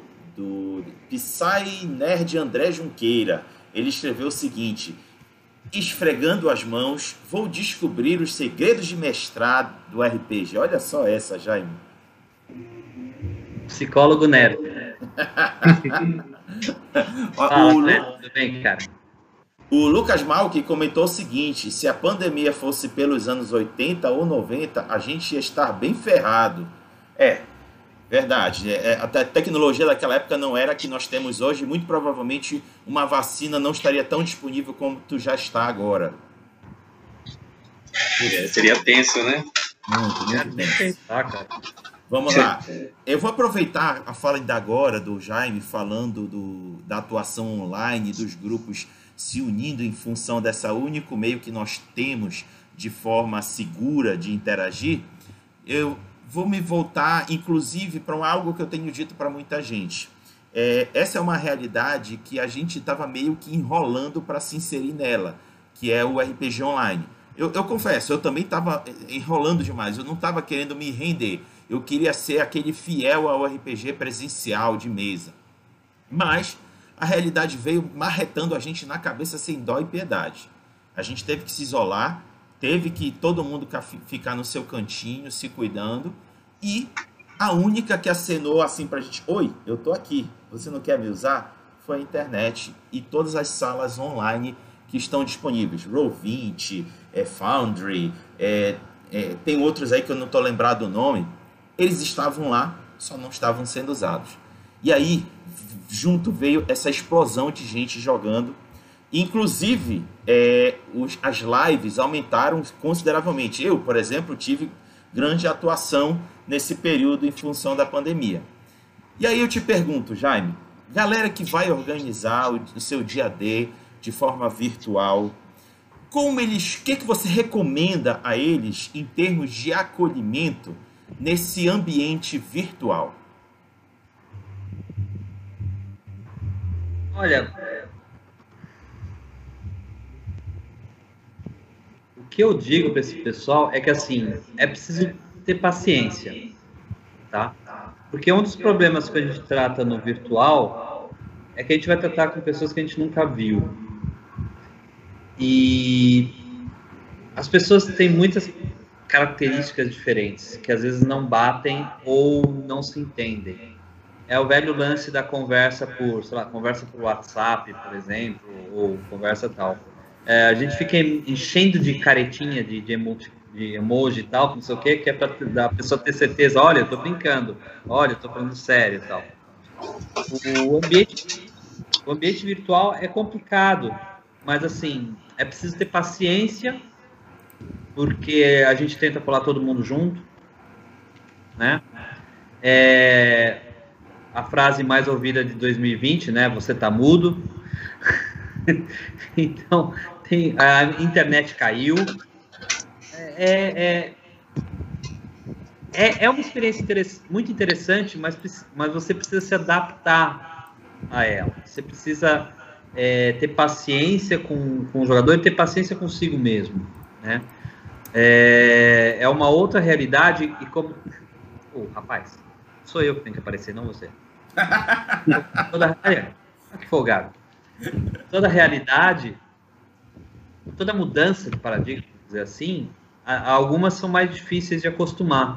Psy Nerd André Junqueira. Ele escreveu o seguinte: esfregando as mãos, vou descobrir os segredos de mestrado do RPG. Olha só essa, Jaime. Psicólogo nerd. Tudo bem, cara? O Lucas Malk comentou o seguinte: se a pandemia fosse pelos anos 80 ou 90, a gente ia estar bem ferrado. Verdade. A tecnologia daquela época não era a que nós temos hoje. Muito provavelmente uma vacina não estaria tão disponível como tu já está agora. Seria tenso, né? Muito tenso. Vamos lá. Eu vou aproveitar a fala ainda agora do Jaime falando da atuação online, dos grupos se unindo em função dessa único meio que nós temos de forma segura de interagir. Eu vou me voltar, inclusive, para algo que eu tenho dito para muita gente. essa é uma realidade que a gente estava meio que enrolando para se inserir nela, que é o RPG online. Eu confesso, eu também estava enrolando demais, eu não estava querendo me render. Eu queria ser aquele fiel ao RPG presencial de mesa. Mas a realidade veio marretando a gente na cabeça sem dó e piedade. A gente teve que se isolar, teve que todo mundo ficar no seu cantinho, se cuidando. E a única que acenou assim pra gente, oi, eu tô aqui, você não quer me usar? Foi a internet e todas as salas online que estão disponíveis. Roll20, Foundry, tem outros aí que eu não tô lembrado do nome. Eles estavam lá, só não estavam sendo usados. E aí, junto veio essa explosão de gente jogando. Inclusive, as lives aumentaram consideravelmente. Eu, por exemplo, tive grande atuação nesse período em função da pandemia. E aí eu te pergunto, Jaime, galera que vai organizar o seu dia D de forma virtual, o que você recomenda a eles em termos de acolhimento nesse ambiente virtual? Olha, o que eu digo para esse pessoal é que assim, é preciso ter paciência, tá? Porque um dos problemas que a gente trata no virtual é que a gente vai tratar com pessoas que a gente nunca viu. E as pessoas têm muitas características diferentes, que às vezes não batem ou não se entendem. É o velho lance da conversa por, sei lá, conversa por WhatsApp, por exemplo, ou conversa tal. A gente fica enchendo de caretinha, de emoji e tal, não sei o que é para a pessoa ter certeza, olha, eu tô brincando, olha, eu tô falando sério e tal. O ambiente virtual é complicado, mas assim, é preciso ter paciência, porque a gente tenta colar todo mundo junto, né? A frase mais ouvida de 2020, né? Você tá mudo. Então, a internet caiu. É uma experiência muito interessante, mas você precisa se adaptar a ela. Você precisa ter paciência com o jogador e ter paciência consigo mesmo, né? É uma outra realidade e como... rapaz, sou eu que tenho que aparecer, não você. Que folgado. Toda realidade, toda mudança de paradigma, vamos dizer assim, algumas são mais difíceis de acostumar.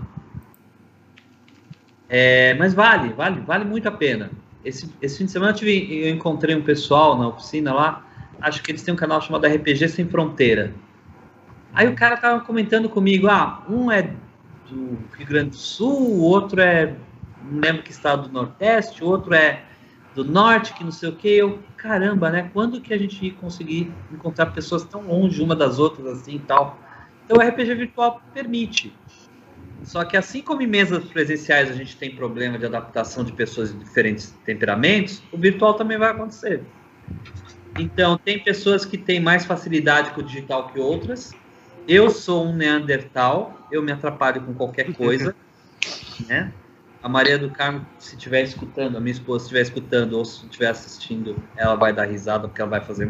Mas vale muito a pena. Esse fim de semana eu encontrei um pessoal na oficina lá, acho que eles têm um canal chamado RPG Sem Fronteira. Aí o cara tava comentando comigo, um é do Rio Grande do Sul, o outro não lembro que estado do Nordeste, o outro é do Norte, que não sei o que. Caramba, né? Quando que a gente ia conseguir encontrar pessoas tão longe uma das outras assim e tal? Então o RPG virtual permite. Só que assim como em mesas presenciais a gente tem problema de adaptação de pessoas de diferentes temperamentos, o virtual também vai acontecer. Então, tem pessoas que têm mais facilidade com o digital que outras. Eu sou um Neandertal, eu me atrapalho com qualquer coisa, né? A Maria do Carmo, se estiver escutando, a minha esposa estiver escutando ou se estiver assistindo, ela vai dar risada porque ela vai fazer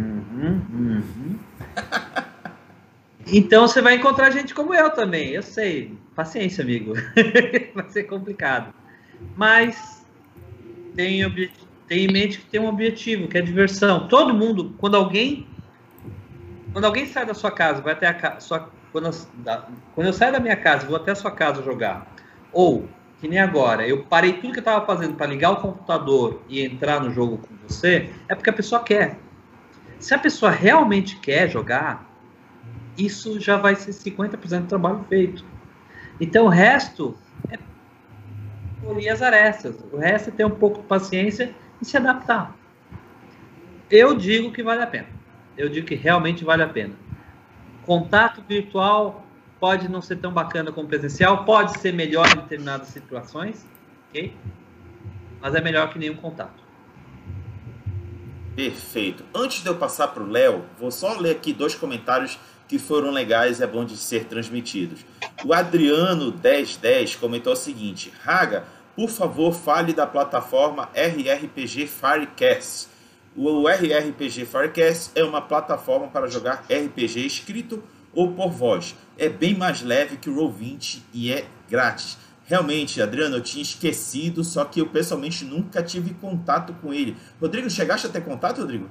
Então você vai encontrar gente como eu também, eu sei. Paciência, amigo. Vai ser complicado. Mas tenha em mente que tem um objetivo, que é diversão. Todo mundo, quando alguém sai da sua casa, vai até quando eu saio da minha casa, vou até a sua casa jogar, ou que nem agora, eu parei tudo que eu estava fazendo para ligar o computador e entrar no jogo com você, é porque a pessoa quer. Se a pessoa realmente quer jogar, isso já vai ser 50% do trabalho feito. Então o resto é polir as arestas, o resto é ter um pouco de paciência e se adaptar. Eu digo que vale a pena. Eu digo que realmente vale a pena. Contato virtual pode não ser tão bacana como presencial, pode ser melhor em determinadas situações, ok? Mas é melhor que nenhum contato. Perfeito. Antes de eu passar para o Léo, vou só ler aqui 2 comentários que foram legais e é bom de ser transmitidos. O Adriano 1010 comentou o seguinte: Raga, por favor, fale da plataforma RRPG Firecast. O RRPG Firecast é uma plataforma para jogar RPG escrito ou por voz. É bem mais leve que o Roll20 e é grátis. Realmente, Adriano, eu tinha esquecido, só que eu pessoalmente nunca tive contato com ele. Rodrigo, chegaste a ter contato, Rodrigo?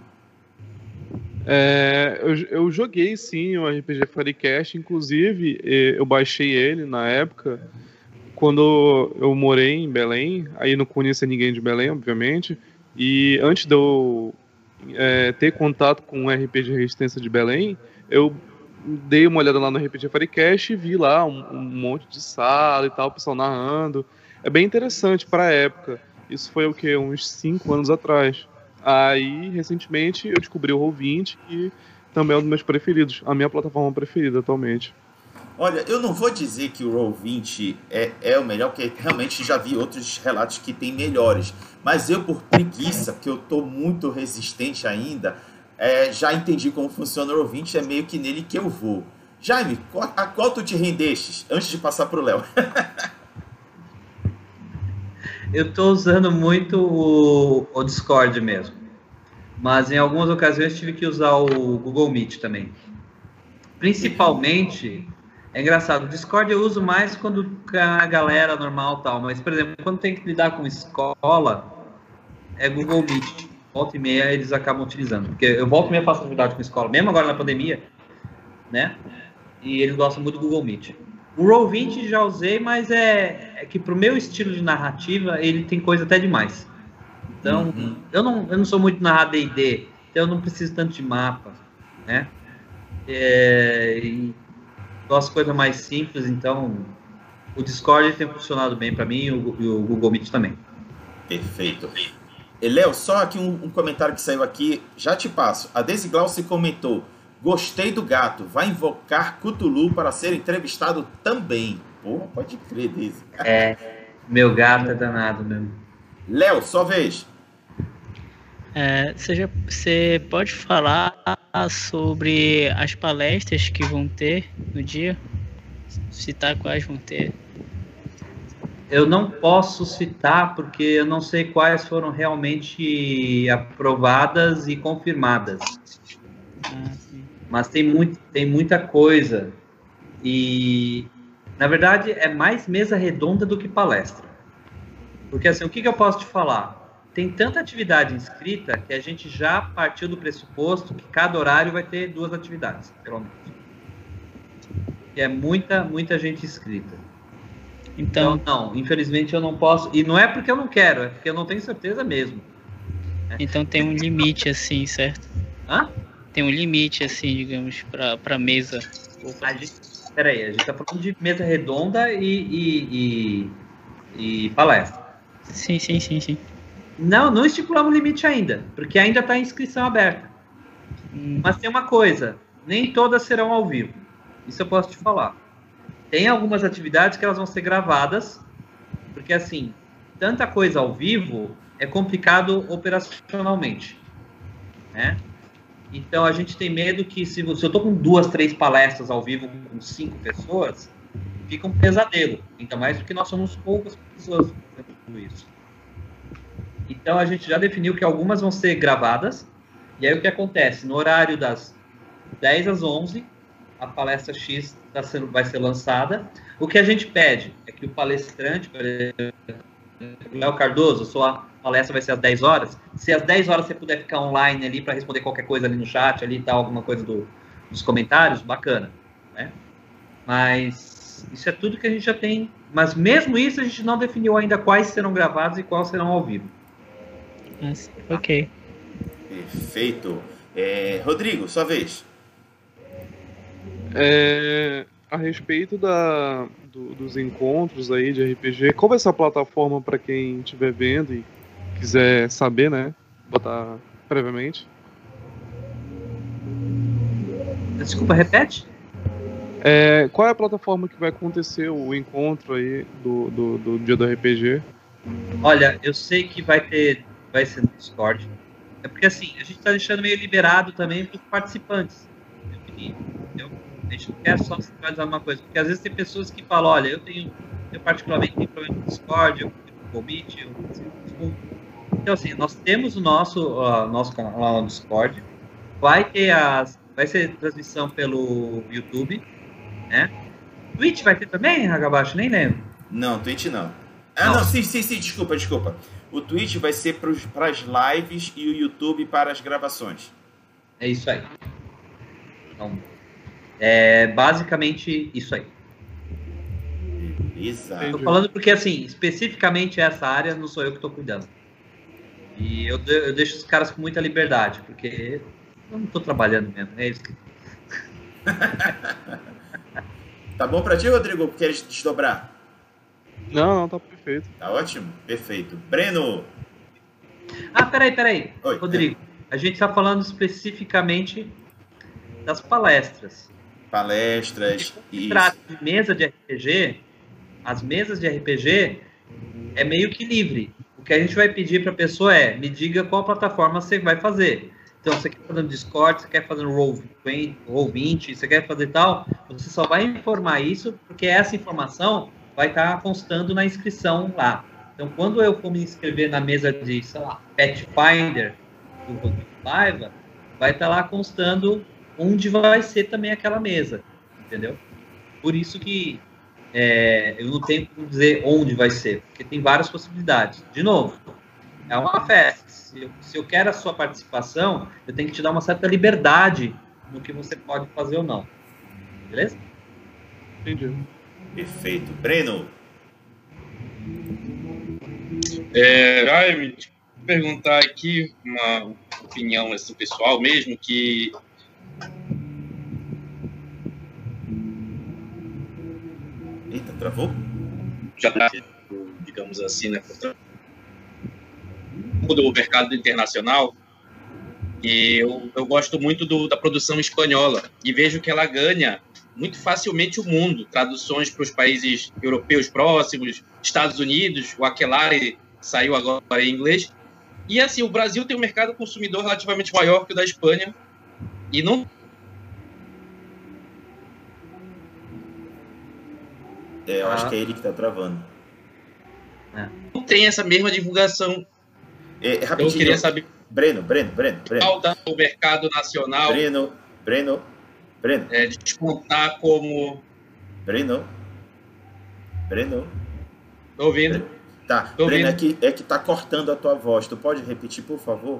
Eu joguei sim o RPG Firecast, inclusive eu baixei ele na época, quando eu morei em Belém, aí não conhecia ninguém de Belém, obviamente, e antes de eu ter contato com o RPG Resistência de Belém, eu dei uma olhada lá no RPG Firecast e vi lá um monte de sala e tal, o pessoal narrando. É bem interessante para a época. Isso foi o quê? Uns 5 anos atrás. Aí, recentemente, eu descobri o Roll20, que também é um dos meus preferidos, a minha plataforma preferida atualmente. Olha, eu não vou dizer que o Roll20 é o melhor, porque realmente já vi outros relatos que tem melhores. Mas eu, por preguiça, porque eu estou muito resistente ainda, já entendi como funciona o Roll20, é meio que nele que eu vou. Jaime, a qual tu te rendestes antes de passar para o Léo? Eu estou usando muito o Discord mesmo, mas em algumas ocasiões tive que usar o Google Meet também. Principalmente, é engraçado, o Discord eu uso mais quando a galera normal tal, mas, por exemplo, quando tem que lidar com escola, é Google Meet. Volta e meia eles acabam utilizando, porque eu volto e meia faço atividade com escola, mesmo agora na pandemia, né? E eles gostam muito do Google Meet. O Roll20 já usei, mas é que pro meu estilo de narrativa, ele tem coisa até demais. Então, eu não sou muito narrar D&D, então eu não preciso tanto de mapa, né? E gosto de coisa mais simples, então o Discord tem funcionado bem para mim e o Google Meet também. Perfeito. Léo, só aqui um comentário que saiu aqui, já te passo. A Daisy Glauce comentou: gostei do gato, vai invocar Cthulhu para ser entrevistado também. Pô, pode crer, Daisy. Meu gato é danado mesmo. Léo, sua vez. Você pode falar sobre as palestras que vão ter no dia? Citar quais vão ter? Eu não posso citar porque eu não sei quais foram realmente aprovadas e confirmadas. Mas tem muita coisa. E, na verdade, é mais mesa redonda do que palestra. Porque, assim, o que eu posso te falar? Tem tanta atividade inscrita que a gente já partiu do pressuposto que cada horário vai ter 2 atividades, pelo menos. E é muita gente inscrita. Então, não, infelizmente eu não posso. E não é porque eu não quero, é porque eu não tenho certeza mesmo. Então tem um limite, assim, certo? Hã? Tem um limite, assim, digamos, para mesa. Peraí, a gente tá falando de mesa redonda e palestra. Sim. Não estipulamos limite ainda, porque ainda está a inscrição aberta. Mas tem uma coisa, nem todas serão ao vivo. Isso eu posso te falar. Tem algumas atividades que elas vão ser gravadas, porque, assim, tanta coisa ao vivo é complicado operacionalmente, né? Então, a gente tem medo que, se eu estou com 2, 3 palestras ao vivo com 5 pessoas, fica um pesadelo. Ainda mais porque nós somos poucas pessoas fazendo isso. Então, a gente já definiu que algumas vão ser gravadas. E aí, o que acontece? No horário das 10 às 11, a palestra X vai ser lançada. O que a gente pede é que o palestrante, por exemplo, Léo Cardoso, sua palestra vai ser às 10 horas. Se às 10 horas você puder ficar online ali para responder qualquer coisa ali no chat, ali tal, alguma coisa dos comentários, bacana, né? Mas isso é tudo que a gente já tem. Mas mesmo isso, a gente não definiu ainda quais serão gravados e quais serão ao vivo. Ok. Perfeito. Rodrigo, sua vez. A respeito dos encontros aí de RPG, qual vai ser a plataforma para quem estiver vendo e quiser saber, né? Botar previamente. Desculpa, repete? Qual é a plataforma que vai acontecer o encontro aí do dia do RPG? Olha, eu sei que vai ser no Discord. É porque, assim, a gente está deixando meio liberado também para os participantes. Entendeu? A gente não quer só centralizar uma coisa. Porque às vezes tem pessoas que falam, olha, eu particularmente tenho problema no Discord, eu Meet. Então, assim, nós temos o nosso canal lá no Discord. Vai ser transmissão pelo YouTube, né? Twitch vai ter também, Hagabashi? Nem lembro. Não, Twitch não. Não, sim, desculpa. O Twitch vai ser para as lives e o YouTube para as gravações. É isso aí. Então, é basicamente isso aí. Beleza. Tô falando porque, assim, especificamente essa área não sou eu que estou cuidando. E eu deixo os caras com muita liberdade, porque eu não estou trabalhando mesmo, é isso que... Tá bom pra ti, Rodrigo? Queres desdobrar? Não, tá perfeito. Tá ótimo? Perfeito. Breno! Peraí. Oi, Rodrigo, a gente tá falando especificamente das palestras. Palestras e... Trata de mesa de RPG, as mesas de RPG é meio que livre. O que a gente vai pedir para a pessoa é, me diga qual plataforma você vai fazer. Então, você quer fazer no Discord, você quer fazer no Roll20, você quer fazer tal, você só vai informar isso, porque essa informação vai estar constando na inscrição lá. Então, quando eu for me inscrever na mesa de, sei lá, Pathfinder, do Rodrigo Paiva, vai estar lá constando onde vai ser também aquela mesa, entendeu? Por isso que eu não tenho como dizer onde vai ser, porque tem várias possibilidades. De novo, é uma festa. Se eu quero a sua participação, eu tenho que te dar uma certa liberdade no que você pode fazer ou não. Beleza? Entendi. Perfeito. Breno! Me perguntar aqui uma opinião assim, pessoal mesmo, que Eita, travou? já está, digamos assim, né, do mercado internacional, e eu gosto muito da produção espanhola, e vejo que ela ganha muito facilmente o mundo, traduções para os países europeus próximos, Estados Unidos, o Aquelarre saiu agora em inglês, e assim, o Brasil tem um mercado consumidor relativamente maior que o da Espanha, e não Eu acho que é ele que tá travando. tem essa mesma divulgação. Rapidinho. Eu queria saber Breno. falta o mercado nacional Breno. despontar como... Breno. Tô ouvindo. Tá, Tô Breno, ouvindo. é que tá cortando a tua voz. Tu pode repetir, por favor?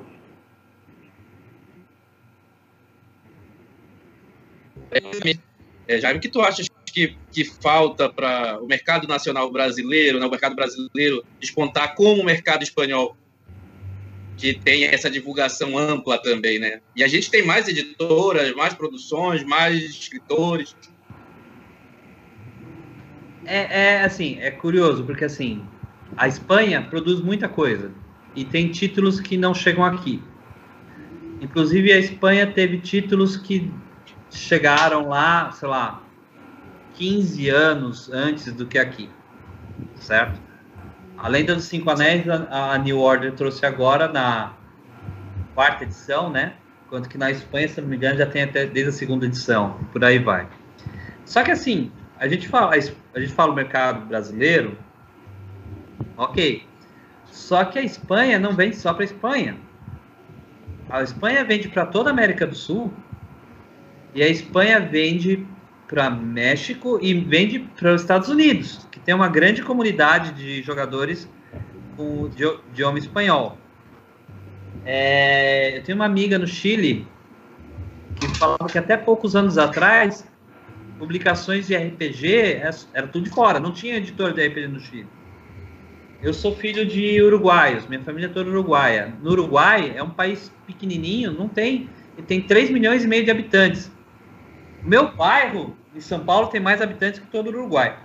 Jaime, o que tu achas que falta para o mercado nacional brasileiro, né, o mercado brasileiro despontar como o mercado espanhol, que tem essa divulgação ampla também, né? E a gente tem mais editoras, mais produções, mais escritores. Assim, é curioso, porque assim, a Espanha produz muita coisa e tem títulos que não chegam aqui. Inclusive, a Espanha teve títulos que chegaram lá, sei lá, 15 anos antes do que aqui, certo? Além dos 5 Anéis, a New Order trouxe agora na 4ª edição, né? Enquanto que na Espanha, se não me engano, já tem até desde a 2ª edição, por aí vai. Só que assim, a gente fala o mercado brasileiro, ok. Só que a Espanha não vende só para a Espanha. A Espanha vende para toda a América do Sul e a Espanha vende para México e vende para os Estados Unidos, que tem uma grande comunidade de jogadores com idioma espanhol. Eu tenho uma amiga no Chile que falava que até poucos anos atrás publicações de RPG era tudo de fora, não tinha editor de RPG no Chile. Eu sou filho de uruguaios, minha família é toda uruguaia. No Uruguai é um país pequenininho, ele tem 3,5 milhões de habitantes. O meu bairro em São Paulo tem mais habitantes que todo o Uruguai.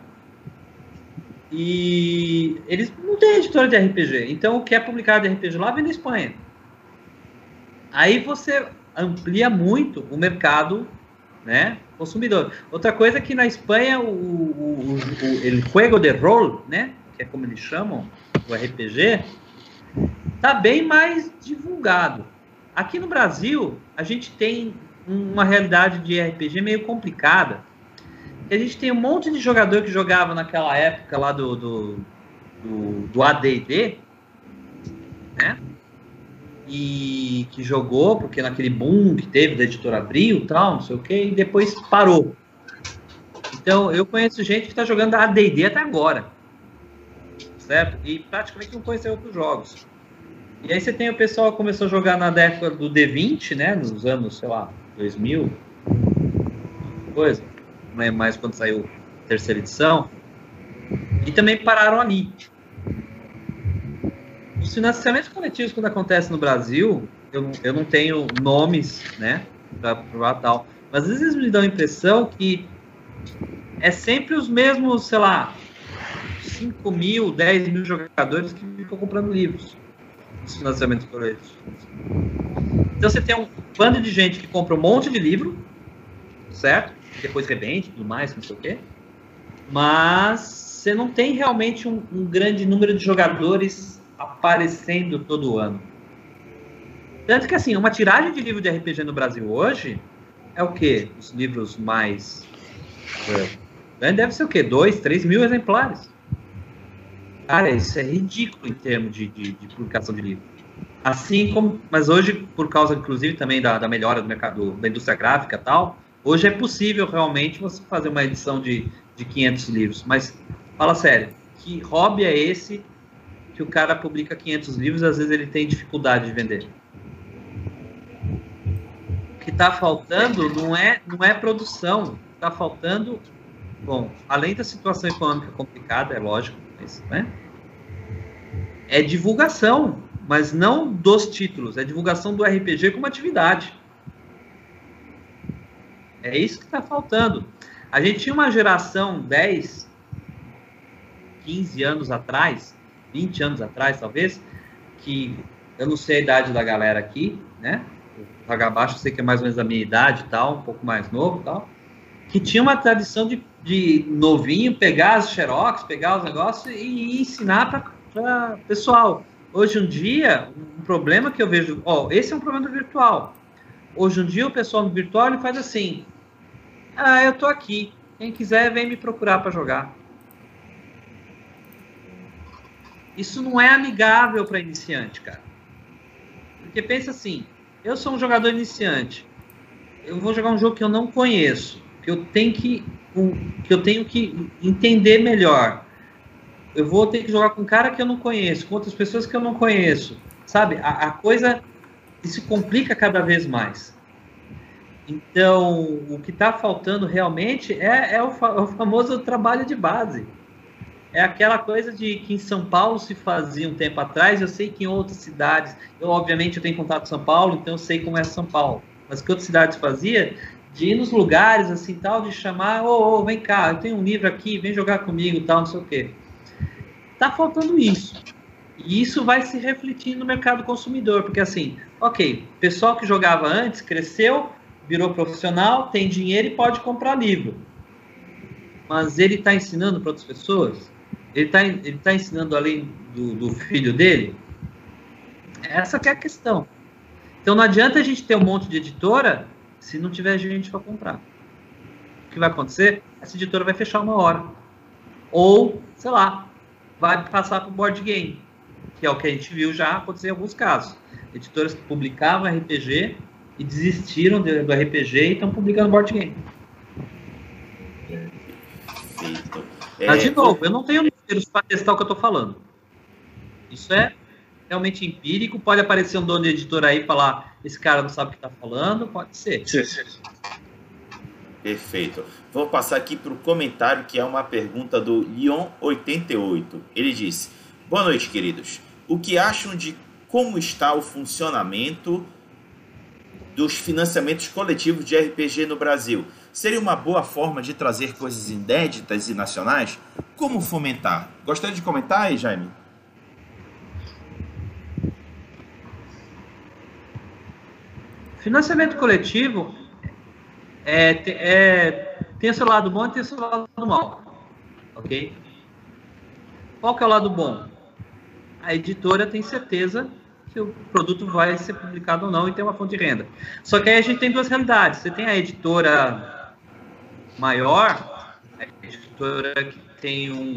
E eles não têm editora de RPG. Então, o que é publicado de RPG lá vem da Espanha. Aí você amplia muito o mercado, né, consumidor. Outra coisa é que na Espanha o juego de rol, né, que é como eles chamam, o RPG, está bem mais divulgado. Aqui no Brasil, a gente tem uma realidade de RPG meio complicada. A gente tem um monte de jogador que jogava naquela época lá do do AD&D, né? E que jogou, porque naquele boom que teve da editora Abril, tal, não sei o que, e depois parou. Então, eu conheço gente que está jogando AD&D até agora, certo? E praticamente não conheceu outros jogos. E aí você tem o pessoal que começou a jogar na década do D20, né? Nos anos, sei lá, 2000, coisa. Não é mais quando saiu a terceira edição. E também pararam ali. Os financiamentos coletivos, quando acontece no Brasil, eu não tenho nomes, né, para provar tal, mas às vezes me dá a impressão que é sempre os mesmos, sei lá, 5 mil, 10 mil jogadores que ficam comprando livros nos financiamentos coletivos. Então você tem um bando de gente que compra um monte de livro, certo? Depois revende, tudo mais, não sei o quê, mas você não tem realmente um grande número de jogadores aparecendo todo ano. Tanto que, assim, uma tiragem de livro de RPG no Brasil hoje é o quê? Os livros mais... deve ser o quê? 2, 3 mil exemplares. Cara, isso é ridículo em termos de publicação de livro. Assim como... Mas hoje, por causa, inclusive, também da melhora do mercado, da indústria gráfica e tal, hoje é possível, realmente, você fazer uma edição de 500 livros. Mas, fala sério, que hobby é esse que o cara publica 500 livros, às vezes ele tem dificuldade de vender? O que está faltando não é produção, está faltando, bom, além da situação econômica complicada, é lógico, mas, né, é divulgação, mas não dos títulos, é divulgação do RPG como atividade. É isso que está faltando. A gente tinha uma geração 10, 15 anos atrás, 20 anos atrás, talvez, que eu não sei a idade da galera aqui, né? O Vagabaixo, eu sei que é mais ou menos a minha idade e tal, um pouco mais novo e tal, que tinha uma tradição de novinho pegar as xerox, pegar os negócios e ensinar para pessoal. Hoje em dia, um problema que eu vejo, esse é um problema do virtual. Hoje em dia, o pessoal no virtual ele faz assim: eu tô aqui, quem quiser vem me procurar para jogar. Isso não é amigável para iniciante, cara. Porque pensa assim, eu sou um jogador iniciante, eu vou jogar um jogo que eu não conheço, que eu tenho que entender melhor. Eu vou ter que jogar com um cara que eu não conheço, com outras pessoas que eu não conheço. Sabe? A coisa se complica cada vez mais. Então, o que está faltando realmente é o famoso trabalho de base. É aquela coisa de que em São Paulo se fazia um tempo atrás, eu sei que em outras cidades, obviamente eu tenho contato com São Paulo, então eu sei como é São Paulo, mas que outras cidades fazia, de ir nos lugares, assim, tal, de chamar, vem cá, eu tenho um livro aqui, vem jogar comigo, tal, não sei o quê. Tá faltando isso. E isso vai se refletir no mercado consumidor, porque assim, ok, pessoal que jogava antes, cresceu, virou profissional, tem dinheiro e pode comprar livro. Mas ele está ensinando para outras pessoas? Ele tá ensinando além do filho dele? Essa que é a questão. Então não adianta a gente ter um monte de editora se não tiver gente para comprar. O que vai acontecer? Essa editora vai fechar uma hora. Ou, sei lá, vai passar para o board game, que é o que a gente viu já acontecer em alguns casos. Editoras que publicavam RPG e desistiram do RPG e estão publicando board game. Perfeito. Mas, de novo, eu não tenho números para testar o que eu estou falando. Isso é realmente empírico. Pode aparecer um dono de editora aí e falar: esse cara não sabe o que está falando. Pode ser. Perfeito. Vou passar aqui para o comentário, que é uma pergunta do Leon88. Ele disse: boa noite, queridos. O que acham de como está o funcionamento dos financiamentos coletivos de RPG no Brasil? Seria uma boa forma de trazer coisas inéditas e nacionais? Como fomentar? Gostaria de comentar aí, Jaime? Financiamento coletivo tem o seu lado bom e tem o seu lado mal. Ok? Qual que é o lado bom? A editora tem certeza que o produto vai ser publicado ou não e tem uma fonte de renda. Só que aí a gente tem duas realidades. Você tem a editora maior, a editora que tem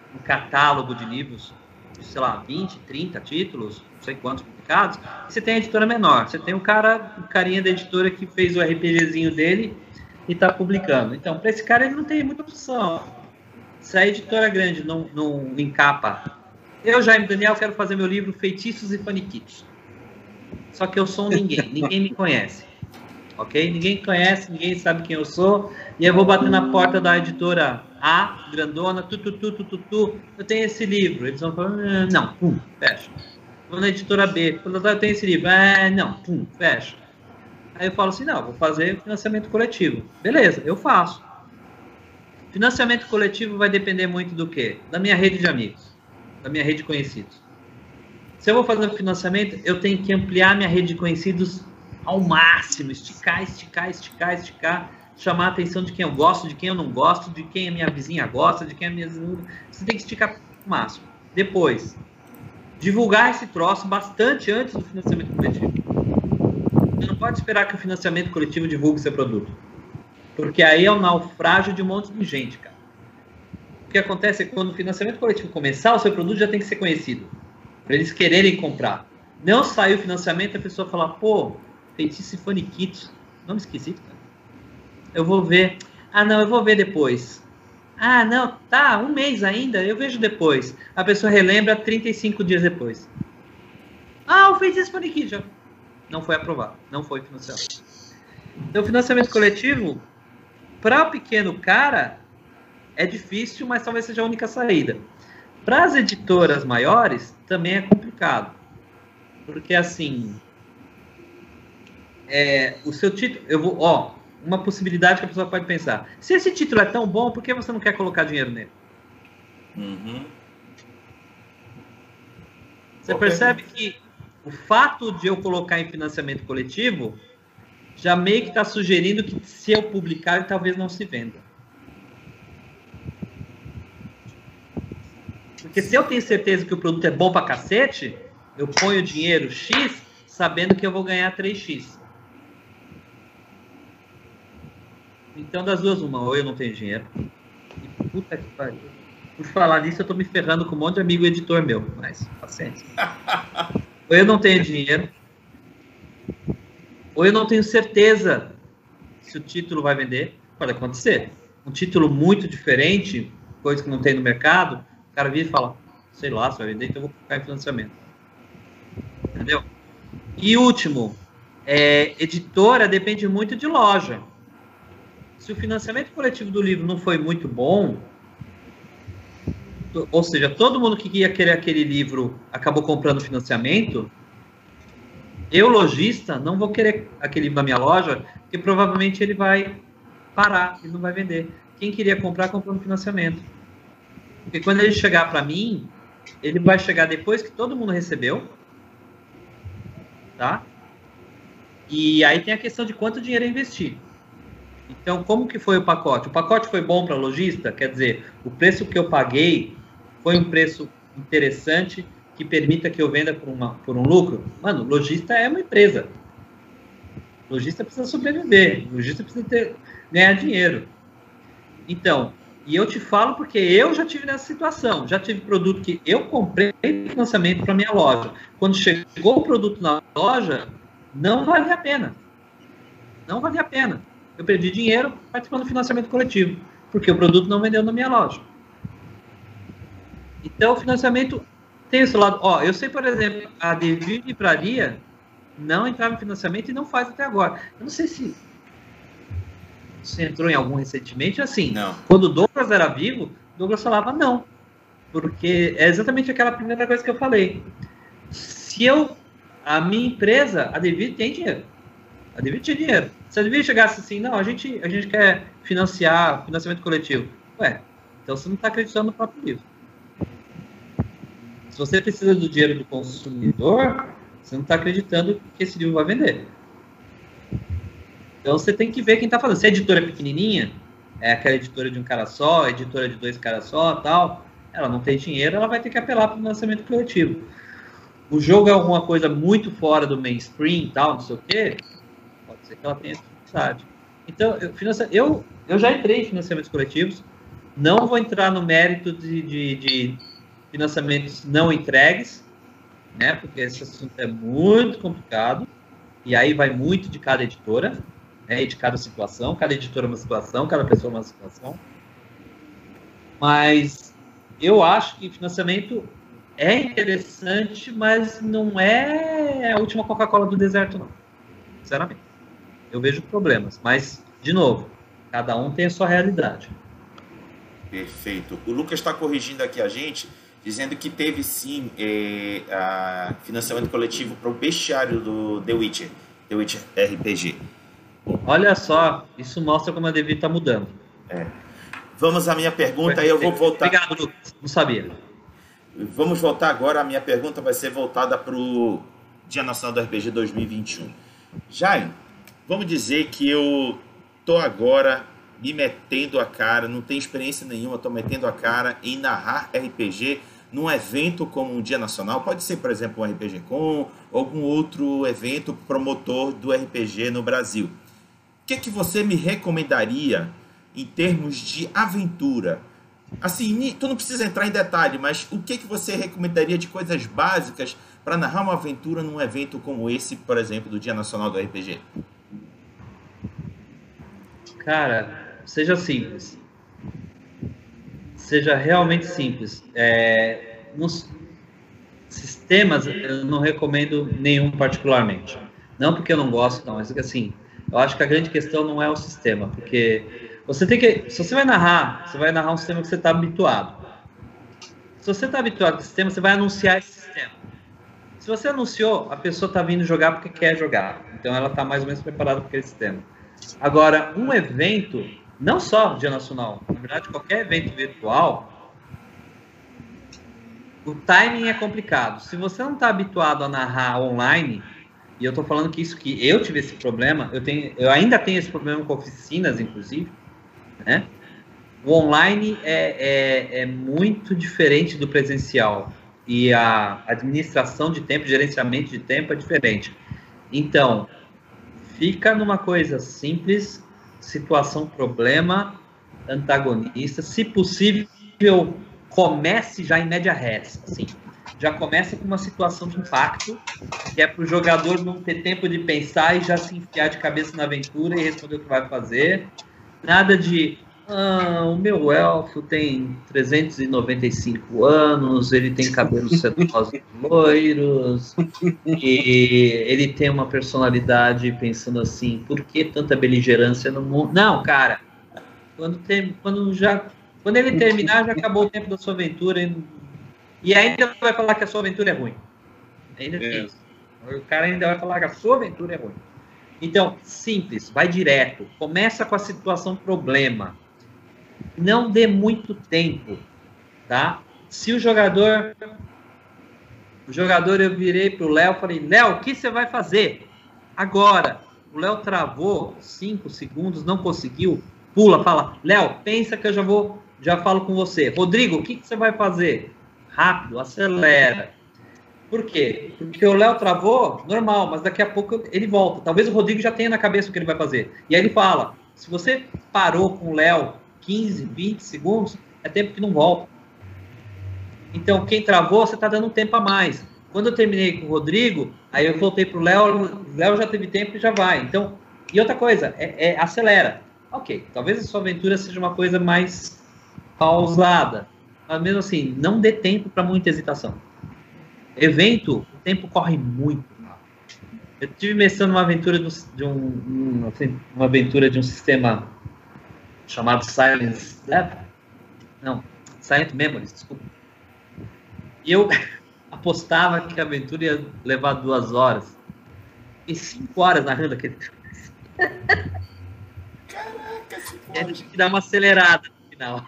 um catálogo de livros, de, sei lá, 20, 30 títulos, não sei quantos publicados, e você tem a editora menor. Você tem o carinha da editora que fez o RPGzinho dele e está publicando. Então, para esse cara, ele não tem muita opção. Se a editora grande não encapa... Eu, Jaime Daniel, quero fazer meu livro Feitiços e Faniquitos. Só que eu sou um ninguém me conhece. Ok? Ninguém me conhece, ninguém sabe quem eu sou. E eu vou bater na porta da editora A, grandona, eu tenho esse livro. Eles vão falar, não, pum, fecha. Vou na editora B, eu tenho esse livro. Não, pum, fecha. Aí eu falo assim, não, vou fazer financiamento coletivo. Beleza, eu faço. Financiamento coletivo vai depender muito do quê? Da minha rede de amigos, da minha rede de conhecidos. Se eu vou fazer um financiamento, eu tenho que ampliar minha rede de conhecidos ao máximo, esticar, chamar a atenção de quem eu gosto, de quem eu não gosto, de quem a minha vizinha gosta, de quem a minha vizinha... Você tem que esticar ao máximo. Depois, divulgar esse troço bastante antes do financiamento coletivo. Você não pode esperar que o financiamento coletivo divulgue seu produto. Porque aí é um naufrágio de um monte de gente, cara. O que acontece é que quando o financiamento coletivo começar, o seu produto já tem que ser conhecido. Para eles quererem comprar. Não saiu o financiamento, a pessoa fala, pô, Feitiço e Faniquitos. Nome esquisito, cara. Eu vou ver. Ah, não, eu vou ver depois. Ah, não, tá, um mês ainda, eu vejo depois. A pessoa relembra 35 dias depois. Ah, o Feitiço e Faniquitos já não foi aprovado, não foi financiado. Então, o financiamento coletivo, para o pequeno cara, é difícil, mas talvez seja a única saída. Para as editoras maiores, também é complicado. Porque, assim, o seu título... uma possibilidade que a pessoa pode pensar. Se esse título é tão bom, por que você não quer colocar dinheiro nele? Uhum. Você percebe que o fato de eu colocar em financiamento coletivo já meio que está sugerindo que se eu publicar, ele talvez não se venda. Porque se eu tenho certeza que o produto é bom pra cacete, eu ponho dinheiro X sabendo que eu vou ganhar 3X. Então, das duas, uma, ou eu não tenho dinheiro. E puta que pariu. Por falar nisso, eu tô me ferrando com um monte de amigo editor meu. Mas, paciência. Ou eu não tenho dinheiro, ou eu não tenho certeza se o título vai vender. Pode acontecer. Um título muito diferente, coisa que não tem no mercado, o cara vira e fala, sei lá, se vai vender, então eu vou colocar em financiamento. Entendeu? E último, editora depende muito de loja. Se o financiamento coletivo do livro não foi muito bom, ou seja, todo mundo que ia querer aquele livro acabou comprando financiamento, eu, lojista, não vou querer aquele livro na minha loja, porque provavelmente ele vai parar, ele não vai vender. Quem queria comprar, comprou no financiamento. Porque quando ele chegar para mim, ele vai chegar depois que todo mundo recebeu, tá? E aí tem a questão de quanto dinheiro investir. Então, como que foi o pacote? O pacote foi bom para o lojista? Quer dizer, o preço que eu paguei foi um preço interessante que permita que eu venda por um lucro? Mano, lojista é uma empresa. Lojista precisa sobreviver. Lojista precisa ganhar dinheiro. Então, e eu te falo porque eu já tive nessa situação. Já tive produto que eu comprei financiamento para minha loja. Quando chegou o produto na loja, não valia a pena. Não valia a pena. Eu perdi dinheiro participando do financiamento coletivo, porque o produto não vendeu na minha loja. Então, o financiamento tem esse lado. Eu sei, por exemplo, a Devir Livraria não entrava em financiamento e não faz até agora. Eu não sei se você entrou em algum recentemente, assim, não. Quando o Douglas era vivo, o Douglas falava não, porque é exatamente aquela primeira coisa que eu falei. A minha empresa, a Devir tem dinheiro. A Devir tinha dinheiro. Se a Devir chegasse assim, não, a gente quer financiamento coletivo. Então você não está acreditando no próprio livro. Se você precisa do dinheiro do consumidor, você não está acreditando que esse livro vai vender. Então você tem que ver quem está fazendo. Se a editora é pequenininha, é aquela editora de um cara só, editora de 2 caras só, tal, ela não tem dinheiro, ela vai ter que apelar para o financiamento coletivo. O jogo é alguma coisa muito fora do mainstream, tal, não sei o quê, pode ser que ela tenha dificuldade. Então, eu já entrei em financiamentos coletivos, Não vou entrar no mérito de financiamentos não entregues, né? Porque esse assunto é muito complicado. E aí vai muito de cada editora, né? E de cada situação. Cada editora é uma situação, cada pessoa é uma situação. Mas eu acho que financiamento é interessante, mas não é a última Coca-Cola do deserto, não. Sinceramente. Eu vejo problemas. Mas, de novo, cada um tem a sua realidade. Perfeito. O Lucas está corrigindo aqui a gente, dizendo que teve sim financiamento coletivo para o bestiário do The Witcher RPG. Olha só, isso mostra como a Devi está mudando. Vamos à minha pergunta, aí eu vou voltar. Obrigado, Lucas. Não sabia. Vamos voltar agora. A minha pergunta vai ser voltada para o Dia Nacional do RPG 2021. Jaime, vamos dizer que eu tô agora me metendo a cara, não tenho experiência nenhuma, estou metendo a cara em narrar RPG num evento como um Dia Nacional. Pode ser, por exemplo, um RPG Com, ou algum outro evento promotor do RPG no Brasil. O que você me recomendaria em termos de aventura? Assim, tu não precisa entrar em detalhe, mas o que você recomendaria de coisas básicas para narrar uma aventura num evento como esse, por exemplo, do Dia Nacional do RPG? Cara, seja simples. Seja realmente simples. Nos sistemas, eu não recomendo nenhum particularmente. Não porque eu não gosto, não. Mas assim, eu acho que a grande questão não é o sistema. Porque você tem que... Se você vai narrar um sistema que você está habituado. Se você está habituado com o sistema, você vai anunciar esse sistema. Se você anunciou, a pessoa está vindo jogar porque quer jogar. Então, ela está mais ou menos preparada para aquele sistema. Agora, um evento, não só Dia Nacional, na verdade, qualquer evento virtual, o timing é complicado. Se você não está habituado a narrar online, e eu estou falando que eu tive esse problema, eu ainda tenho esse problema com oficinas, inclusive, né? O online é muito diferente do presencial. E a administração de tempo, gerenciamento de tempo é diferente. Então, fica numa coisa simples, situação, problema, antagonista. Se possível, comece já em média res, assim. Já comece com uma situação de impacto, que é para o jogador não ter tempo de pensar e já se enfiar de cabeça na aventura e responder o que vai fazer. Nada de... o meu elfo tem 395 anos, ele tem cabelos sedosos loiros, e ele tem uma personalidade pensando assim, por que tanta beligerância no mundo? Não, cara, quando ele terminar, já acabou o tempo da sua aventura, e ainda vai falar que a sua aventura é ruim. Ainda tem isso. O cara ainda vai falar que a sua aventura é ruim. Então, simples, vai direto, começa com a situação problema. Não dê muito tempo, tá? Se o jogador, eu virei pro Léo e falei, Léo, o que você vai fazer? Agora, o Léo travou 5 segundos, não conseguiu, pula, fala, Léo, pensa que eu já falo com você. Rodrigo, o que você vai fazer? Rápido, acelera. Por quê? Porque o Léo travou, normal, mas daqui a pouco ele volta. Talvez o Rodrigo já tenha na cabeça o que ele vai fazer. E aí ele fala, se você parou com o Léo 15, 20 segundos, é tempo que não volta. Então, quem travou, você está dando tempo a mais. Quando eu terminei com o Rodrigo, aí eu voltei para o Léo já teve tempo e já vai. Então, e outra coisa, acelera. Ok, talvez a sua aventura seja uma coisa mais pausada, mas mesmo assim, não dê tempo para muita hesitação. Evento, o tempo corre muito. Eu estive mestrando uma aventura uma aventura de um sistema chamado Silent Memories, desculpa. E eu apostava que a aventura ia levar 2 horas. E 5 horas narrando aquele... Caraca, 5 E a horas. gente tem que dar uma acelerada no final.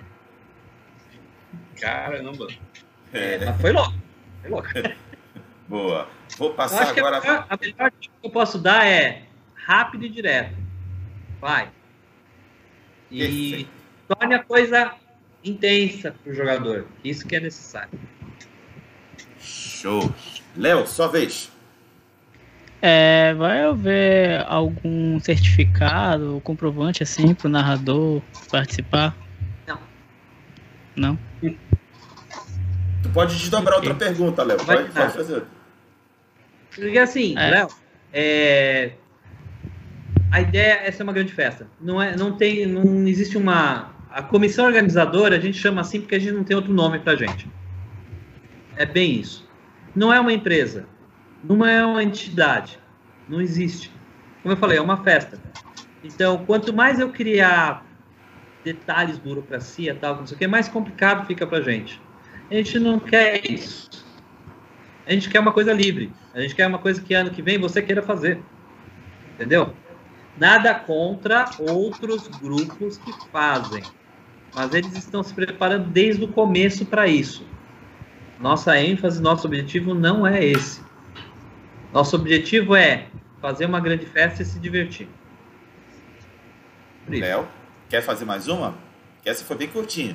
Caramba. Mas foi louco. Foi louco. Boa. Vou Eu passar acho que agora... a melhor dica que eu posso dar é rápido e direto. Vai. E Perfeito. torne a coisa intensa para o jogador. Isso que é necessário. Show. Léo, sua vez. Vai haver algum certificado, comprovante assim para o narrador participar? Não? Tu pode desdobrar outra pergunta, Léo. Pode fazer. Porque assim, Léo, a ideia é ser uma grande festa. Não existe uma... A comissão organizadora, a gente chama assim porque a gente não tem outro nome pra gente. É bem isso. Não é uma empresa. Não é uma entidade. Não existe. Como eu falei, é uma festa. Então, quanto mais eu criar detalhes, burocracia, tal, não sei o que, mais complicado fica pra gente. A gente não quer isso. A gente quer uma coisa livre. A gente quer uma coisa que ano que vem você queira fazer. Entendeu? Nada contra outros grupos que fazem. Mas eles estão se preparando desde o começo para isso. Nossa ênfase, nosso objetivo não é esse. Nosso objetivo é fazer uma grande festa e se divertir. Léo, quer fazer mais uma? Essa foi bem curtinha.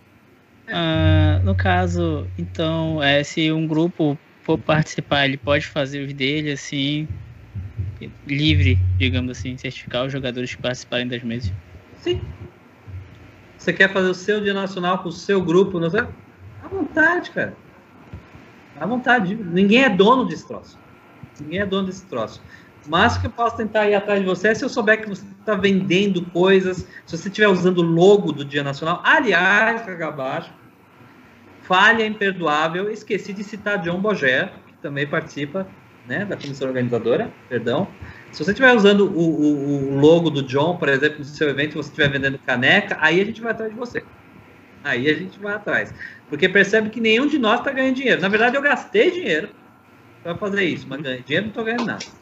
No caso, então, se um grupo for participar, ele pode fazer os dele, assim, livre, digamos assim, certificar os jogadores que participarem das mesas? Sim. Você quer fazer o seu dia nacional com o seu grupo, não sei? À vontade, cara. À vontade. Ninguém é dono desse troço. Ninguém é dono desse troço. Mas o que eu posso tentar ir atrás de você é se eu souber que você está vendendo coisas, se você estiver usando o logo do Dia Nacional. Aliás, aqui abaixo, falha imperdoável, esqueci de citar John Boger, que também participa, né, da comissão organizadora, perdão. Se você estiver usando o logo do John, por exemplo, no seu evento, você estiver vendendo caneca, aí a gente vai atrás de você. Aí a gente vai atrás. Porque percebe que nenhum de nós está ganhando dinheiro. Na verdade, eu gastei dinheiro para fazer isso, mas dinheiro não estou ganhando nada.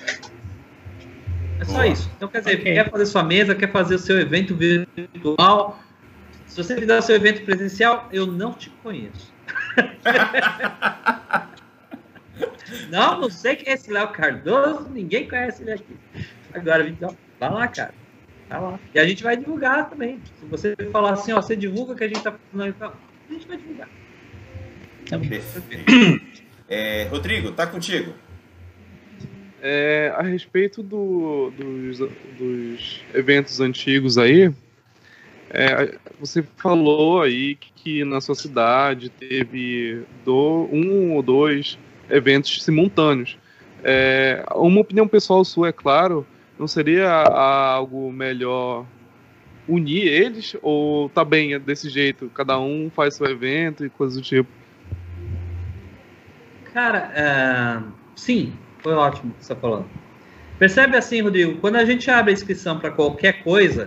É só isso. Então, quer dizer, quer fazer sua mesa, quer fazer o seu evento virtual. Se você fizer o seu evento presencial, eu não te conheço. Não sei quem é esse Léo Cardoso, ninguém conhece ele aqui. Agora, então, vai lá, cara. Vai lá. E a gente vai divulgar também. Se você falar assim, ó, você divulga que a gente tá falando, a gente vai divulgar. Tá bom. Perfeito. Rodrigo, tá contigo. A respeito dos eventos antigos aí, você falou aí que na sua cidade teve um ou dois eventos simultâneos. Uma opinião pessoal sua, é claro, não seria algo melhor unir eles? Ou tá bem, é desse jeito, cada um faz seu evento e coisas do tipo? Cara, sim, foi ótimo o que você está falando. Percebe assim, Rodrigo, quando a gente abre a inscrição para qualquer coisa,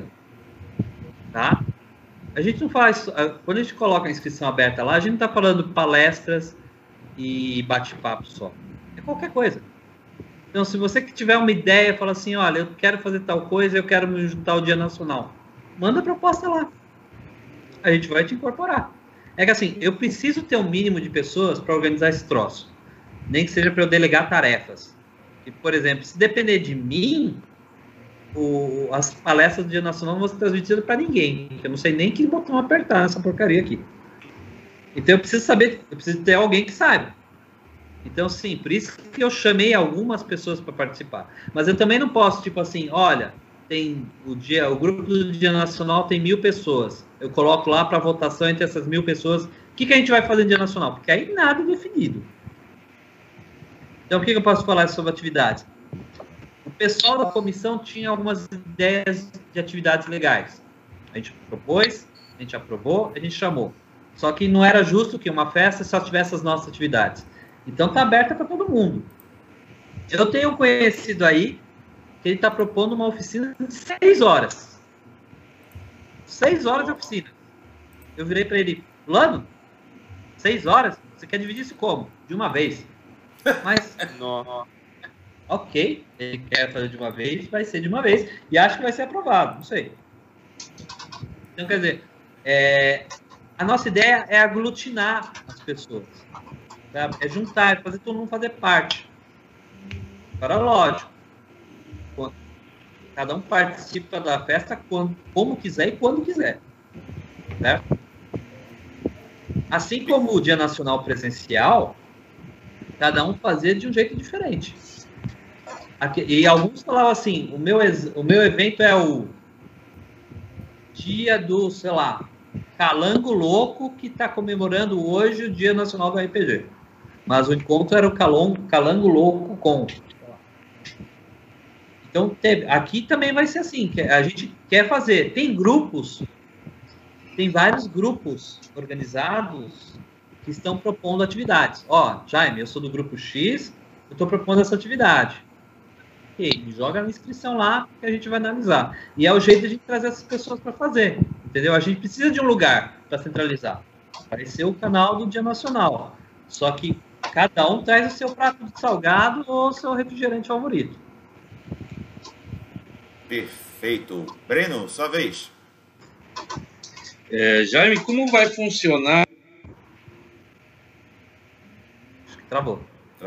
tá? A gente não faz... Quando a gente coloca a inscrição aberta lá, a gente não está falando palestras e bate-papo só. É qualquer coisa. Então, se você que tiver uma ideia, fala assim, olha, eu quero fazer tal coisa, eu quero me juntar ao Dia Nacional. Manda a proposta lá. A gente vai te incorporar. É que assim, eu preciso ter um mínimo de pessoas para organizar esse troço. Nem que seja para eu delegar tarefas. E, por exemplo, se depender de mim, as palestras do Dia Nacional não vão ser transmitidas para ninguém. Eu não sei nem que botão apertar nessa porcaria aqui. Então eu preciso saber, eu preciso ter alguém que saiba. Então, sim, por isso que eu chamei algumas pessoas para participar. Mas eu também não posso, tipo assim, olha, tem o grupo do Dia Nacional tem 1000 pessoas. Eu coloco lá para votação entre essas 1000 pessoas. O que a gente vai fazer no Dia Nacional? Porque aí nada é definido. Então, o que eu posso falar sobre atividades? O pessoal da comissão tinha algumas ideias de atividades legais. A gente propôs, a gente aprovou, a gente chamou. Só que não era justo que uma festa só tivesse as nossas atividades. Então, está aberta para todo mundo. Eu tenho um conhecido aí que ele está propondo uma oficina de 6 horas. 6 horas de oficina. Eu virei para ele, Fulano, 6 horas? Você quer dividir isso como? De uma vez. Mas, Não. ok, ele quer fazer de uma vez, vai ser de uma vez. E acho que vai ser aprovado, não sei. Então, quer dizer, a nossa ideia é aglutinar as pessoas. Tá? É juntar, fazer todo mundo fazer parte. Agora, lógico, cada um participa da festa como quiser e quando quiser. Certo? Assim como o Dia Nacional presencial, cada um fazia de um jeito diferente. E alguns falavam assim, o meu evento é o dia do, sei lá, Calango Louco que está comemorando hoje o Dia Nacional do RPG. Mas o encontro era o Calango Louco com. Então, aqui também vai ser assim, que a gente quer fazer. Tem vários grupos organizados que estão propondo atividades. Ó, Jaime, eu sou do grupo X, eu estou propondo essa atividade. Ok, me joga na inscrição lá que a gente vai analisar. E é o jeito de a gente trazer essas pessoas para fazer, entendeu? A gente precisa de um lugar para centralizar. Vai ser o canal do Dia Nacional. Só que cada um traz o seu prato de salgado ou o seu refrigerante favorito. Perfeito. Breno, sua vez. Jaime, como vai funcionar Travou.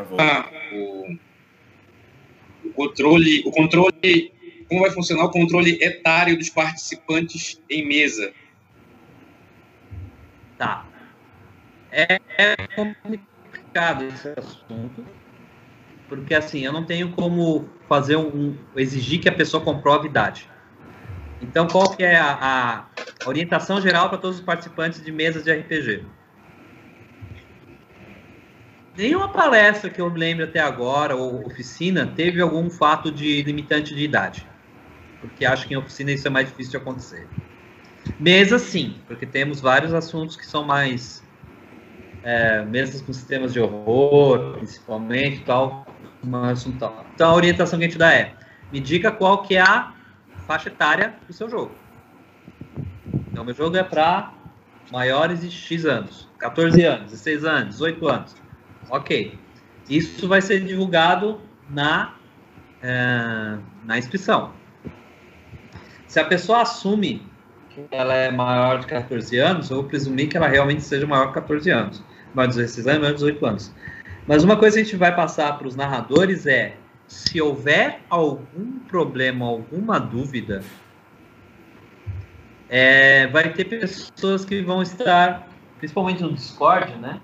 o controle, como vai funcionar o controle etário dos participantes em mesa? Tá. É complicado esse assunto, porque assim, eu não tenho como fazer exigir que a pessoa comprove idade. Então, qual que é a orientação geral para todos os participantes de mesas de RPG? Nenhuma palestra que eu lembro até agora, ou oficina, teve algum fato de limitante de idade. Porque acho que em oficina isso é mais difícil de acontecer. Mesa, sim, porque temos vários assuntos que são mais... mesas com sistemas de horror, principalmente, tal. Então, a orientação que a gente dá é, me diga qual que é a faixa etária do seu jogo. Então, meu jogo é para maiores de X anos. 14 anos, 16 anos, 18 anos. Ok. Isso vai ser divulgado na inscrição. Se a pessoa assume que ela é maior de 14 anos, eu vou presumir que ela realmente seja maior de 14 anos. Maior de 16 anos, maior de 18 anos. Mas uma coisa que a gente vai passar para os narradores é, se houver algum problema, alguma dúvida, vai ter pessoas que vão estar, principalmente no Discord, né?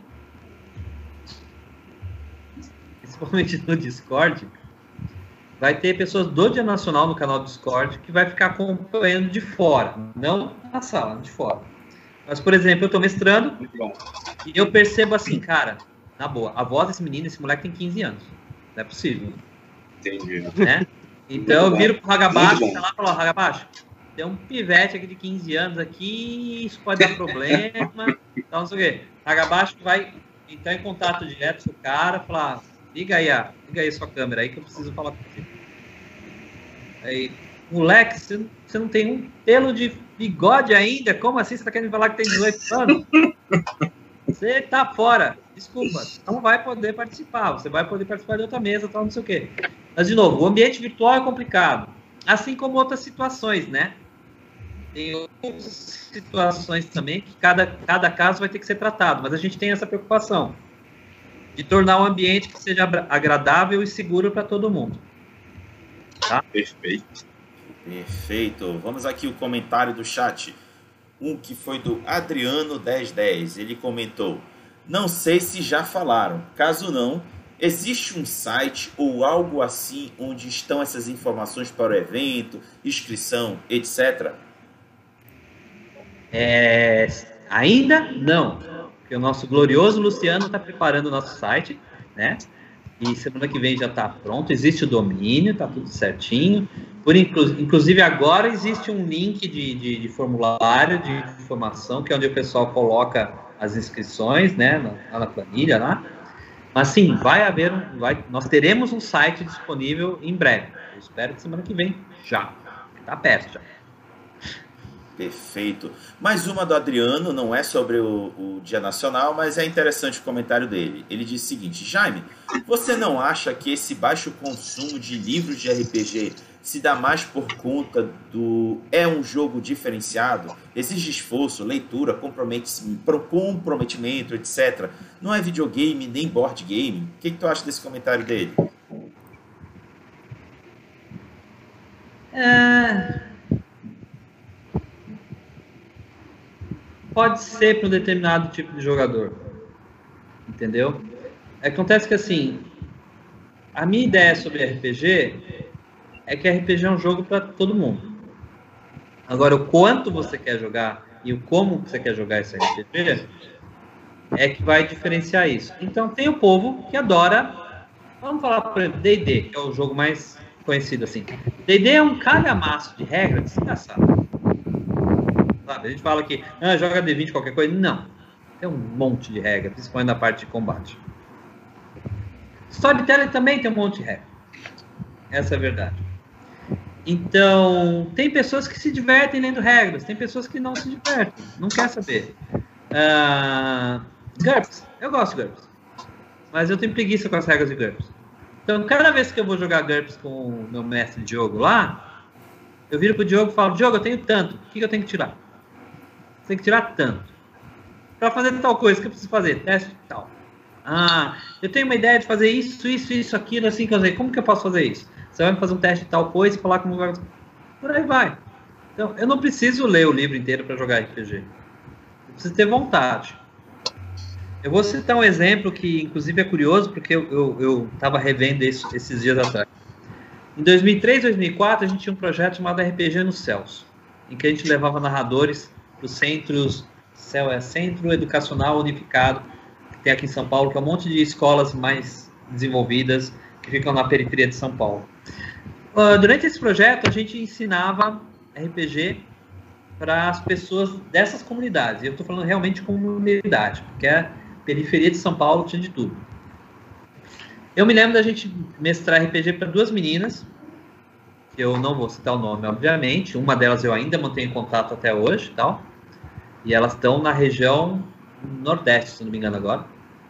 Principalmente no Discord, vai ter pessoas do Dia Nacional no canal do Discord que vai ficar acompanhando de fora, não na sala, de fora. Mas, por exemplo, eu estou mestrando e eu percebo assim, cara, na boa, a voz desse menino, esse moleque tem 15 anos. Não é possível. Entendi. Né? Então eu viro pro Hagabashi, tá lá e falo, Hagabashi, tem um pivete aqui de 15 anos aqui, isso pode dar problema, então não sei o quê. Hagabashi vai entrar em contato direto com o cara, falar, liga aí sua câmera aí que eu preciso falar com você. Aí, moleque, você não tem um pelo de bigode ainda? Como assim? Você tá querendo falar que tem 18 anos? Você tá fora. Desculpa, não vai poder participar. Você vai poder participar de outra mesa, tal, não sei o quê. Mas, de novo, o ambiente virtual é complicado. Assim como outras situações, né? Tem outras situações também que cada caso vai ter que ser tratado. Mas a gente tem essa preocupação de tornar um ambiente que seja agradável e seguro para todo mundo. Tá? Perfeito. Perfeito. Vamos aqui o comentário do chat. Um que foi do Adriano1010. Ele comentou: não sei se já falaram. Caso não, existe um site ou algo assim onde estão essas informações para o evento, inscrição, etc? Ainda não. Porque o nosso glorioso Luciano está preparando o nosso site, né? E semana que vem já está pronto. Existe o domínio, está tudo certinho. Inclusive agora existe um link de formulário de informação, que é onde o pessoal coloca as inscrições, né? Na planilha lá. Mas sim, nós teremos um site disponível em breve. Eu espero que semana que vem já. Está perto já. Perfeito. Mais uma do Adriano, não é sobre o Dia Nacional, mas é interessante o comentário dele. Ele diz o seguinte: Jaime, você não acha que esse baixo consumo de livros de RPG se dá mais por conta do... É um jogo diferenciado? Exige esforço, leitura, comprometimento, etc. Não é videogame nem board game? O que tu acha desse comentário dele? Pode ser para um determinado tipo de jogador, entendeu? Acontece que, assim, a minha ideia sobre RPG é que RPG é um jogo para todo mundo. Agora, o quanto você quer jogar e o como você quer jogar esse RPG é que vai diferenciar isso. Então tem o povo que adora, vamos falar, por exemplo, D&D, que é o jogo mais conhecido assim. D&D é um calhamaço de regras desgraçado. Sabe? A gente fala que joga D20 qualquer coisa. Não. Tem um monte de regras, principalmente na parte de combate. Storytelling também tem um monte de regras. Essa é a verdade. Então, tem pessoas que se divertem lendo regras, tem pessoas que não se divertem, não quer saber. GURPS, eu gosto de GURPS, mas eu tenho preguiça com as regras de GURPS. Então, cada vez que eu vou jogar GURPS com o meu mestre Diogo lá, eu viro pro Diogo e falo, Diogo, eu tenho tanto, o que eu tenho que tirar? Você tem que tirar tanto. Para fazer tal coisa, o que eu preciso fazer? Teste tal. Eu tenho uma ideia de fazer isso, aquilo, assim que eu sei. Como que eu posso fazer isso? Você vai fazer um teste de tal coisa e falar como vai... Por aí vai. Então, eu não preciso ler o livro inteiro para jogar RPG. Eu preciso ter vontade. Eu vou citar um exemplo que, inclusive, é curioso, porque eu estava revendo isso esses dias atrás. Em 2003, 2004, a gente tinha um projeto chamado RPG nos Céus, em que a gente levava narradores para os centros... Centro Educacional Unificado, que tem aqui em São Paulo, que é um monte de escolas mais desenvolvidas, que ficam na periferia de São Paulo. Durante esse projeto, a gente ensinava RPG para as pessoas dessas comunidades. E eu estou falando realmente de comunidade, porque a periferia de São Paulo tinha de tudo. Eu me lembro da gente mestrar RPG para 2 meninas, que eu não vou citar o nome, obviamente. Uma delas eu ainda mantenho contato até hoje, tal. E elas estão na região Nordeste, se não me engano agora.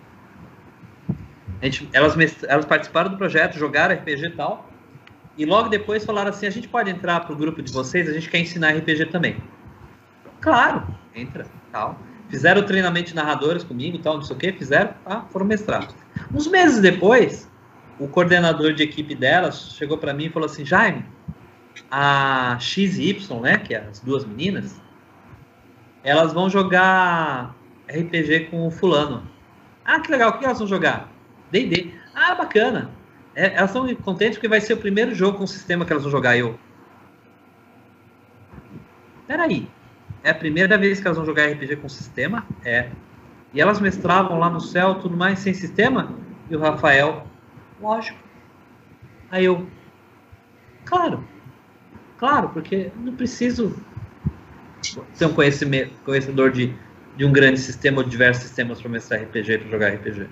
Elas participaram do projeto, jogaram RPG e tal. E logo depois falaram assim, a gente pode entrar para o grupo de vocês? A gente quer ensinar RPG também. Claro, entra, tal. Fizeram o treinamento de narradores comigo, tal, não sei o que, foram mestrar. Uns meses depois, o coordenador de equipe delas chegou para mim e falou assim, Jaime, a X e Y, né, que é as 2 meninas, elas vão jogar RPG com o fulano. Que legal, o que elas vão jogar? D&D. Bacana. Elas estão contentes porque vai ser o primeiro jogo com o sistema que elas vão jogar. Peraí, é a primeira vez que elas vão jogar RPG com sistema? E elas mestravam lá no céu, tudo mais, sem sistema? E o Rafael, lógico. Aí eu, claro, porque eu não preciso ser um conhecedor de um grande sistema ou de diversos sistemas para mestrar RPG, para jogar RPG.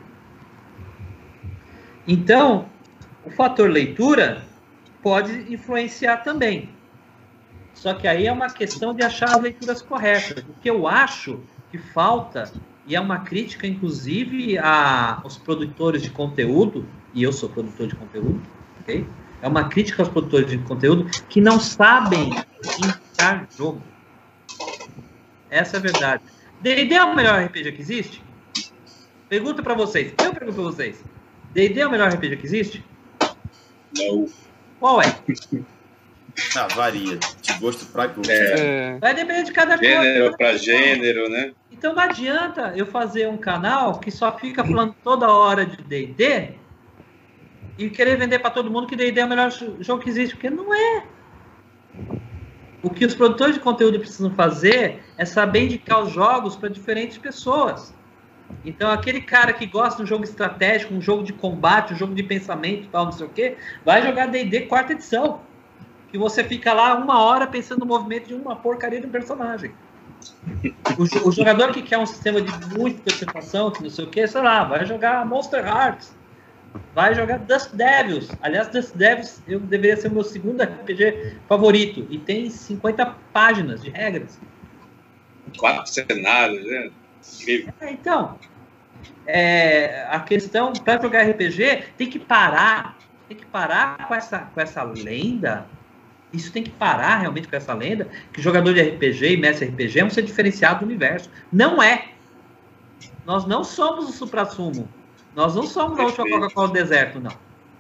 Então, o fator leitura pode influenciar também. Só que aí é uma questão de achar as leituras corretas. O que eu acho que falta, e é uma crítica, inclusive, aos produtores de conteúdo, e eu sou produtor de conteúdo, ok? É uma crítica aos produtores de conteúdo que não sabem indicar jogo. Essa é a verdade. D&D é o melhor RPG que existe? Pergunta pra vocês. Eu pergunto pra vocês. D&D é o melhor RPG que existe? Não. Qual é? Varia. De gosto pra gosto. Vai depender de cada coisa. Gênero pra gênero, né? Então não adianta eu fazer um canal que só fica falando toda hora de D&D e querer vender pra todo mundo que D&D é o melhor jogo que existe, porque não é. O que os produtores de conteúdo precisam fazer é saber indicar os jogos para diferentes pessoas. Então, aquele cara que gosta de um jogo estratégico, um jogo de combate, um jogo de pensamento, tal, não sei o quê, vai jogar D&D 4ª edição. Que você fica lá 1 hora pensando no movimento de uma porcaria de um personagem. O jogador que quer um sistema de muita interpretação, que não sei o quê, sei lá, vai jogar Monster Hearts. Vai jogar Dust Devils. Aliás, Dust Devils deveria ser o meu segundo RPG favorito. E tem 50 páginas de regras. 4 cenários, né? Então, a questão para jogar RPG tem que parar com essa lenda. Isso tem que parar realmente com essa lenda que jogador de RPG e mestre RPG é um ser diferenciado do universo. Não é. Nós não somos o supra-sumo. Nós não somos a última Coca-Cola do deserto, não.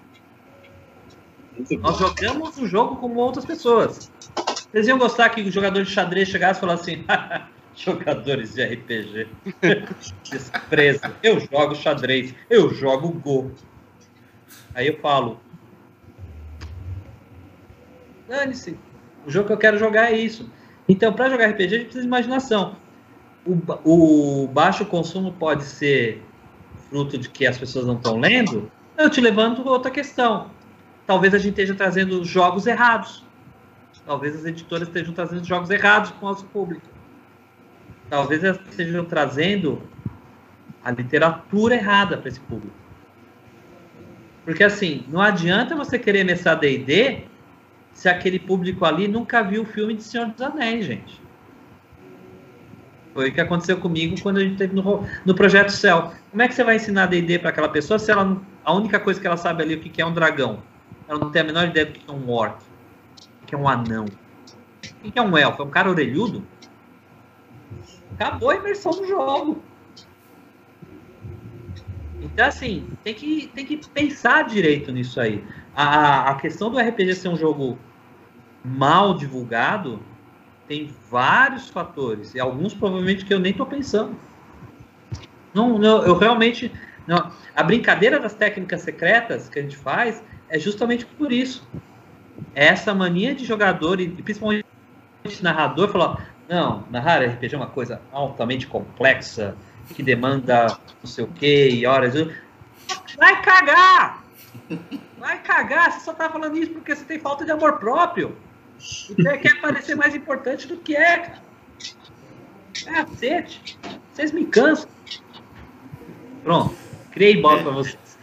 Nós jogamos o jogo como outras pessoas. Vocês iam gostar que o jogador de xadrez chegasse e falasse assim, jogadores de RPG, desprezo, eu jogo xadrez, eu jogo Go. Aí eu falo, dane-se, o jogo que eu quero jogar é isso. Então, para jogar RPG, a gente precisa de imaginação. O baixo consumo pode ser fruto de que as pessoas não estão lendo. Eu te levanto outra questão. Talvez a gente esteja trazendo jogos errados. Talvez as editoras estejam trazendo jogos errados para o nosso público. Talvez elas estejam trazendo a literatura errada para esse público. Porque, assim, não adianta você querer mestrar D&D se aquele público ali nunca viu o filme de Senhor dos Anéis, gente. Foi o que aconteceu comigo quando a gente esteve no Projeto Céu. Como é que você vai ensinar D&D para aquela pessoa se ela, a única coisa que ela sabe ali é o que é um dragão? Ela não tem a menor ideia do que é um orc, o que é um anão, o que é um elfo? É um cara orelhudo? Acabou a imersão do jogo. Então, assim, tem que pensar direito nisso aí. A questão do RPG ser um jogo mal divulgado tem vários fatores, e alguns provavelmente que eu nem estou pensando. Não, eu realmente... Não. A brincadeira das técnicas secretas que a gente faz é justamente por isso. É essa mania de jogador, e principalmente narrador, falar, não, narrar RPG é uma coisa altamente complexa, que demanda não sei o que, e horas... Vai cagar! Vai cagar! Você só tá falando isso porque você tem falta de amor próprio. E você quer parecer mais importante do que é, cara. Cacete! Vocês me cansam. Pronto. Criei bola pra vocês.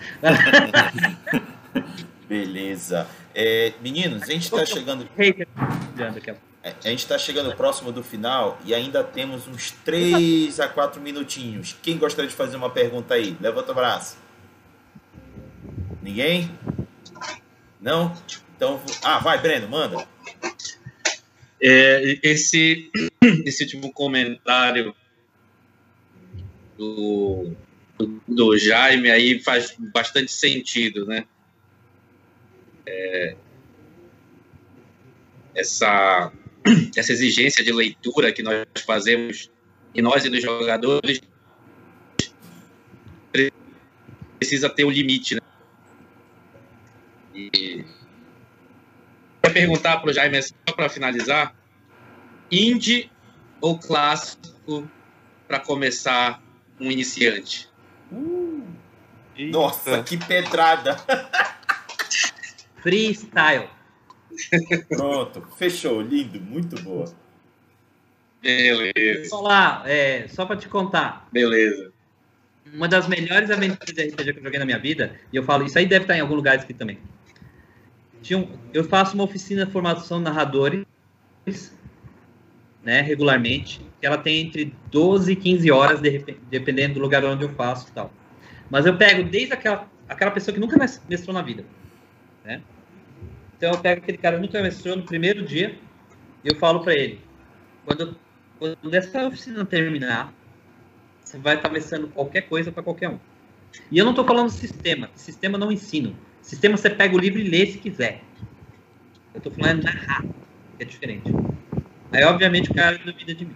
Beleza. Meninos, a gente tá chegando... A gente está chegando próximo do final e ainda temos uns 3 a 4 minutinhos. Quem gostaria de fazer uma pergunta aí? Levanta o braço. Ninguém? Não? Então, vai, Breno, manda. Esse último comentário do Jaime aí faz bastante sentido, né? Essa exigência de leitura que nós fazemos, e nós e dos jogadores, precisa ter um limite, né? E para perguntar para o Jaime, só para finalizar, indie ou clássico para começar um iniciante? Nossa, que pedrada! Freestyle. Pronto, fechou, lindo, muito boa. Beleza. Vou falar, só para te contar. Beleza. Uma das melhores aventuras de RPG que eu joguei na minha vida, e eu falo, isso aí deve estar em algum lugar aqui também. Eu faço uma oficina de formação de narradores, né, regularmente, que ela tem entre 12 e 15 horas, dependendo do lugar onde eu faço e tal. Mas eu pego desde aquela pessoa que nunca mestrou na vida, né? Então eu pego aquele cara que nunca mestrou no primeiro dia e eu falo para ele, quando essa oficina terminar, você vai estar mestrando qualquer coisa para qualquer um. E eu não estou falando sistema não ensino. Sistema você pega o livro e lê se quiser. Eu estou falando narrar, que é diferente. Aí, obviamente, o cara duvida de mim.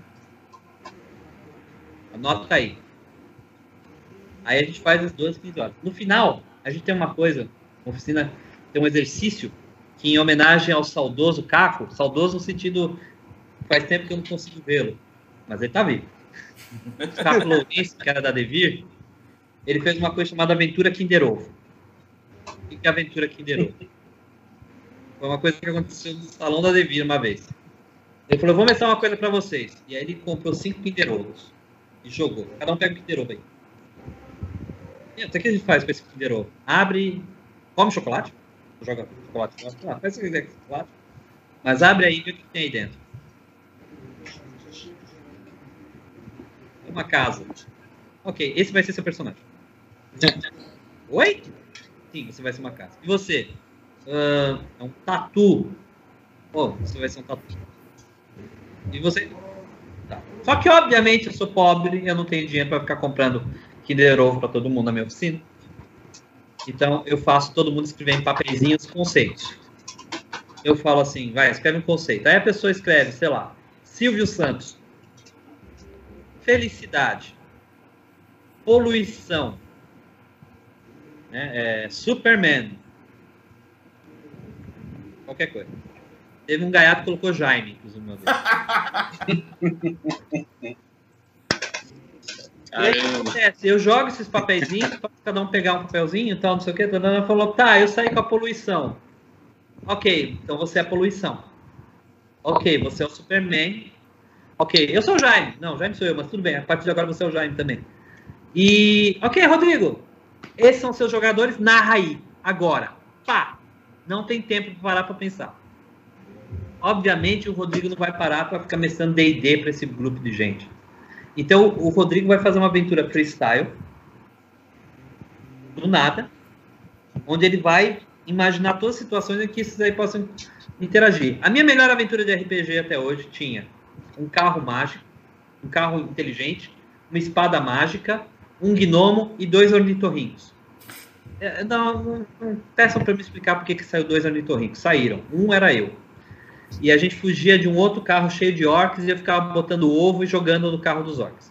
Anota aí. Aí a gente faz as 12, 15 horas. No final, a gente tem uma coisa, uma oficina, tem um exercício que, em homenagem ao saudoso Caco, saudoso no sentido, faz tempo que eu não consigo vê-lo, mas ele tá vivo. O Caco Lourenço, que era da Devir, ele fez uma coisa chamada Aventura Kinder Ovo. O que é Aventura Kinder Ovo? Foi uma coisa que aconteceu no salão da Devir uma vez. Ele falou, vou mostrar uma coisa pra vocês. E aí ele comprou 5 Kinder Ovos e jogou. Cada um pega um Kinder Ovo aí. E até que a gente faz com esse Kinder Ovo? Abre, come chocolate, joga chocolate, faz o que quiser com chocolate, mas abre aí e vê o que tem aí dentro. É uma casa. Ok, esse vai ser seu personagem. Oi? Sim, você vai ser uma casa. E você? É um tatu. Você vai ser um tatu. E você? Tá. Só que, obviamente, eu sou pobre e eu não tenho dinheiro para ficar comprando Kinder Ovo para todo mundo na minha oficina. Então, eu faço todo mundo escrever em papeizinhos conceitos. Eu falo assim, vai, escreve um conceito. Aí a pessoa escreve, sei lá, Silvio Santos. Felicidade. Poluição. Superman. Qualquer coisa. Teve um gaiato que colocou Jaime, inclusive, meu Deus. E aí, o que acontece? Eu jogo esses papeizinhos, para cada um pegar um papelzinho e tal, não sei o que. A dona falou, tá, eu saí com a poluição. Ok, então você é a poluição. Ok, você é o Superman. Ok, eu sou o Jaime. Não, Jaime sou eu, mas tudo bem. A partir de agora você é o Jaime também. E, ok, Rodrigo, esses são seus jogadores, narra aí, agora. Pá! Não tem tempo para parar para pensar. Obviamente, o Rodrigo não vai parar para ficar mestrando D&D para esse grupo de gente. Então, o Rodrigo vai fazer uma aventura freestyle, do nada, onde ele vai imaginar todas as situações em que esses aí possam interagir. A minha melhor aventura de RPG até hoje tinha um carro mágico, um carro inteligente, uma espada mágica, um gnomo e 2 ornitorrincos. Não peçam para me explicar por que saiu 2 ornitorrincos. Saíram. Um era eu. E a gente fugia de um outro carro cheio de orcs e eu ficava botando ovo e jogando no carro dos orcs.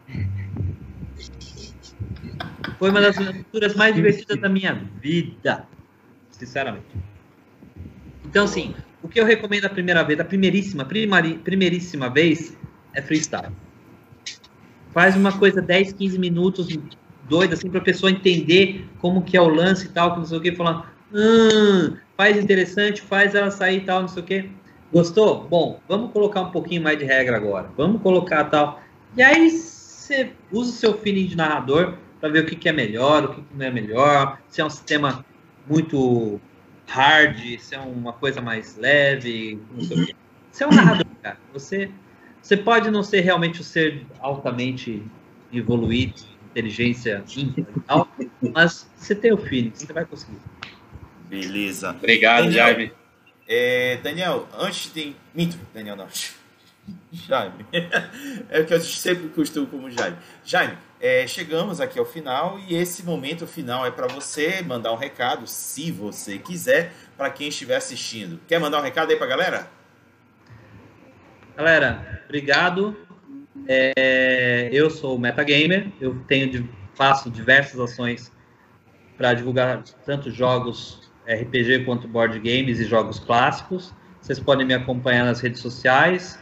Foi uma das aventuras mais divertidas da minha vida. Sinceramente. Então, assim, o que eu recomendo a primeira vez, a primeiríssima vez, é freestyle. Faz uma coisa 10, 15 minutos doida, assim, pra pessoa entender como que é o lance e tal, que não sei o que, falar, faz interessante, faz ela sair e tal, não sei o que. Gostou? Bom, vamos colocar um pouquinho mais de regra agora. Vamos colocar tal. E aí você usa o seu feeling de narrador para ver o que é melhor, o que não é melhor, se é um sistema muito hard, se é uma coisa mais leve, não sei o quê. Você é um narrador, cara. Você pode não ser realmente o ser altamente evoluído, inteligência ímpar e tal, mas você tem o feeling, você vai conseguir. Beleza. Obrigado, Daniel, Jaime. Daniel, antes de... Minto, Daniel não. Jaime. É o que eu sempre costumo como Jaime. Jaime, chegamos aqui ao final e esse momento final é para você mandar um recado, se você quiser, para quem estiver assistindo. Quer mandar um recado aí para a galera? Galera, obrigado. Eu sou o Metagamer, eu faço diversas ações para divulgar tanto jogos RPG quanto board games e jogos clássicos. Vocês podem me acompanhar nas redes sociais.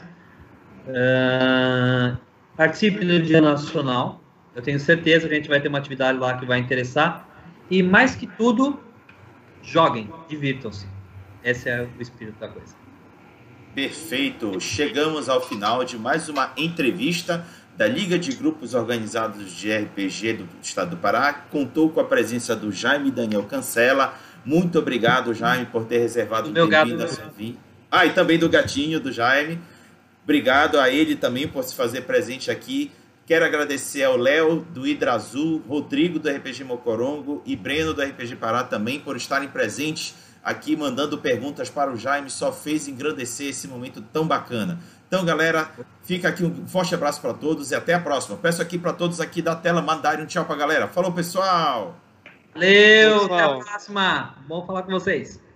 Participe no Dia Nacional. Eu tenho certeza que a gente vai ter uma atividade lá que vai interessar. E mais que tudo, joguem, divirtam-se. Esse é o espírito da coisa. Perfeito. Chegamos ao final de mais uma entrevista da Liga de Grupos Organizados de RPG do Estado do Pará. Contou com a presença do Jaime Daniel Cancela. Muito obrigado, Jaime, por ter reservado um tempinho da sua vida. E também do gatinho, do Jaime. Obrigado a ele também por se fazer presente aqui. Quero agradecer ao Léo, do Hidra Azul, Rodrigo, do RPG Mocorongo e Breno, do RPG Pará, também por estarem presentes aqui, mandando perguntas para o Jaime. Só fez engrandecer esse momento tão bacana. Então, galera, fica aqui um forte abraço para todos e até a próxima. Peço aqui para todos aqui da tela mandarem um tchau para a galera. Falou, pessoal! Valeu, até a próxima. Bom falar com vocês.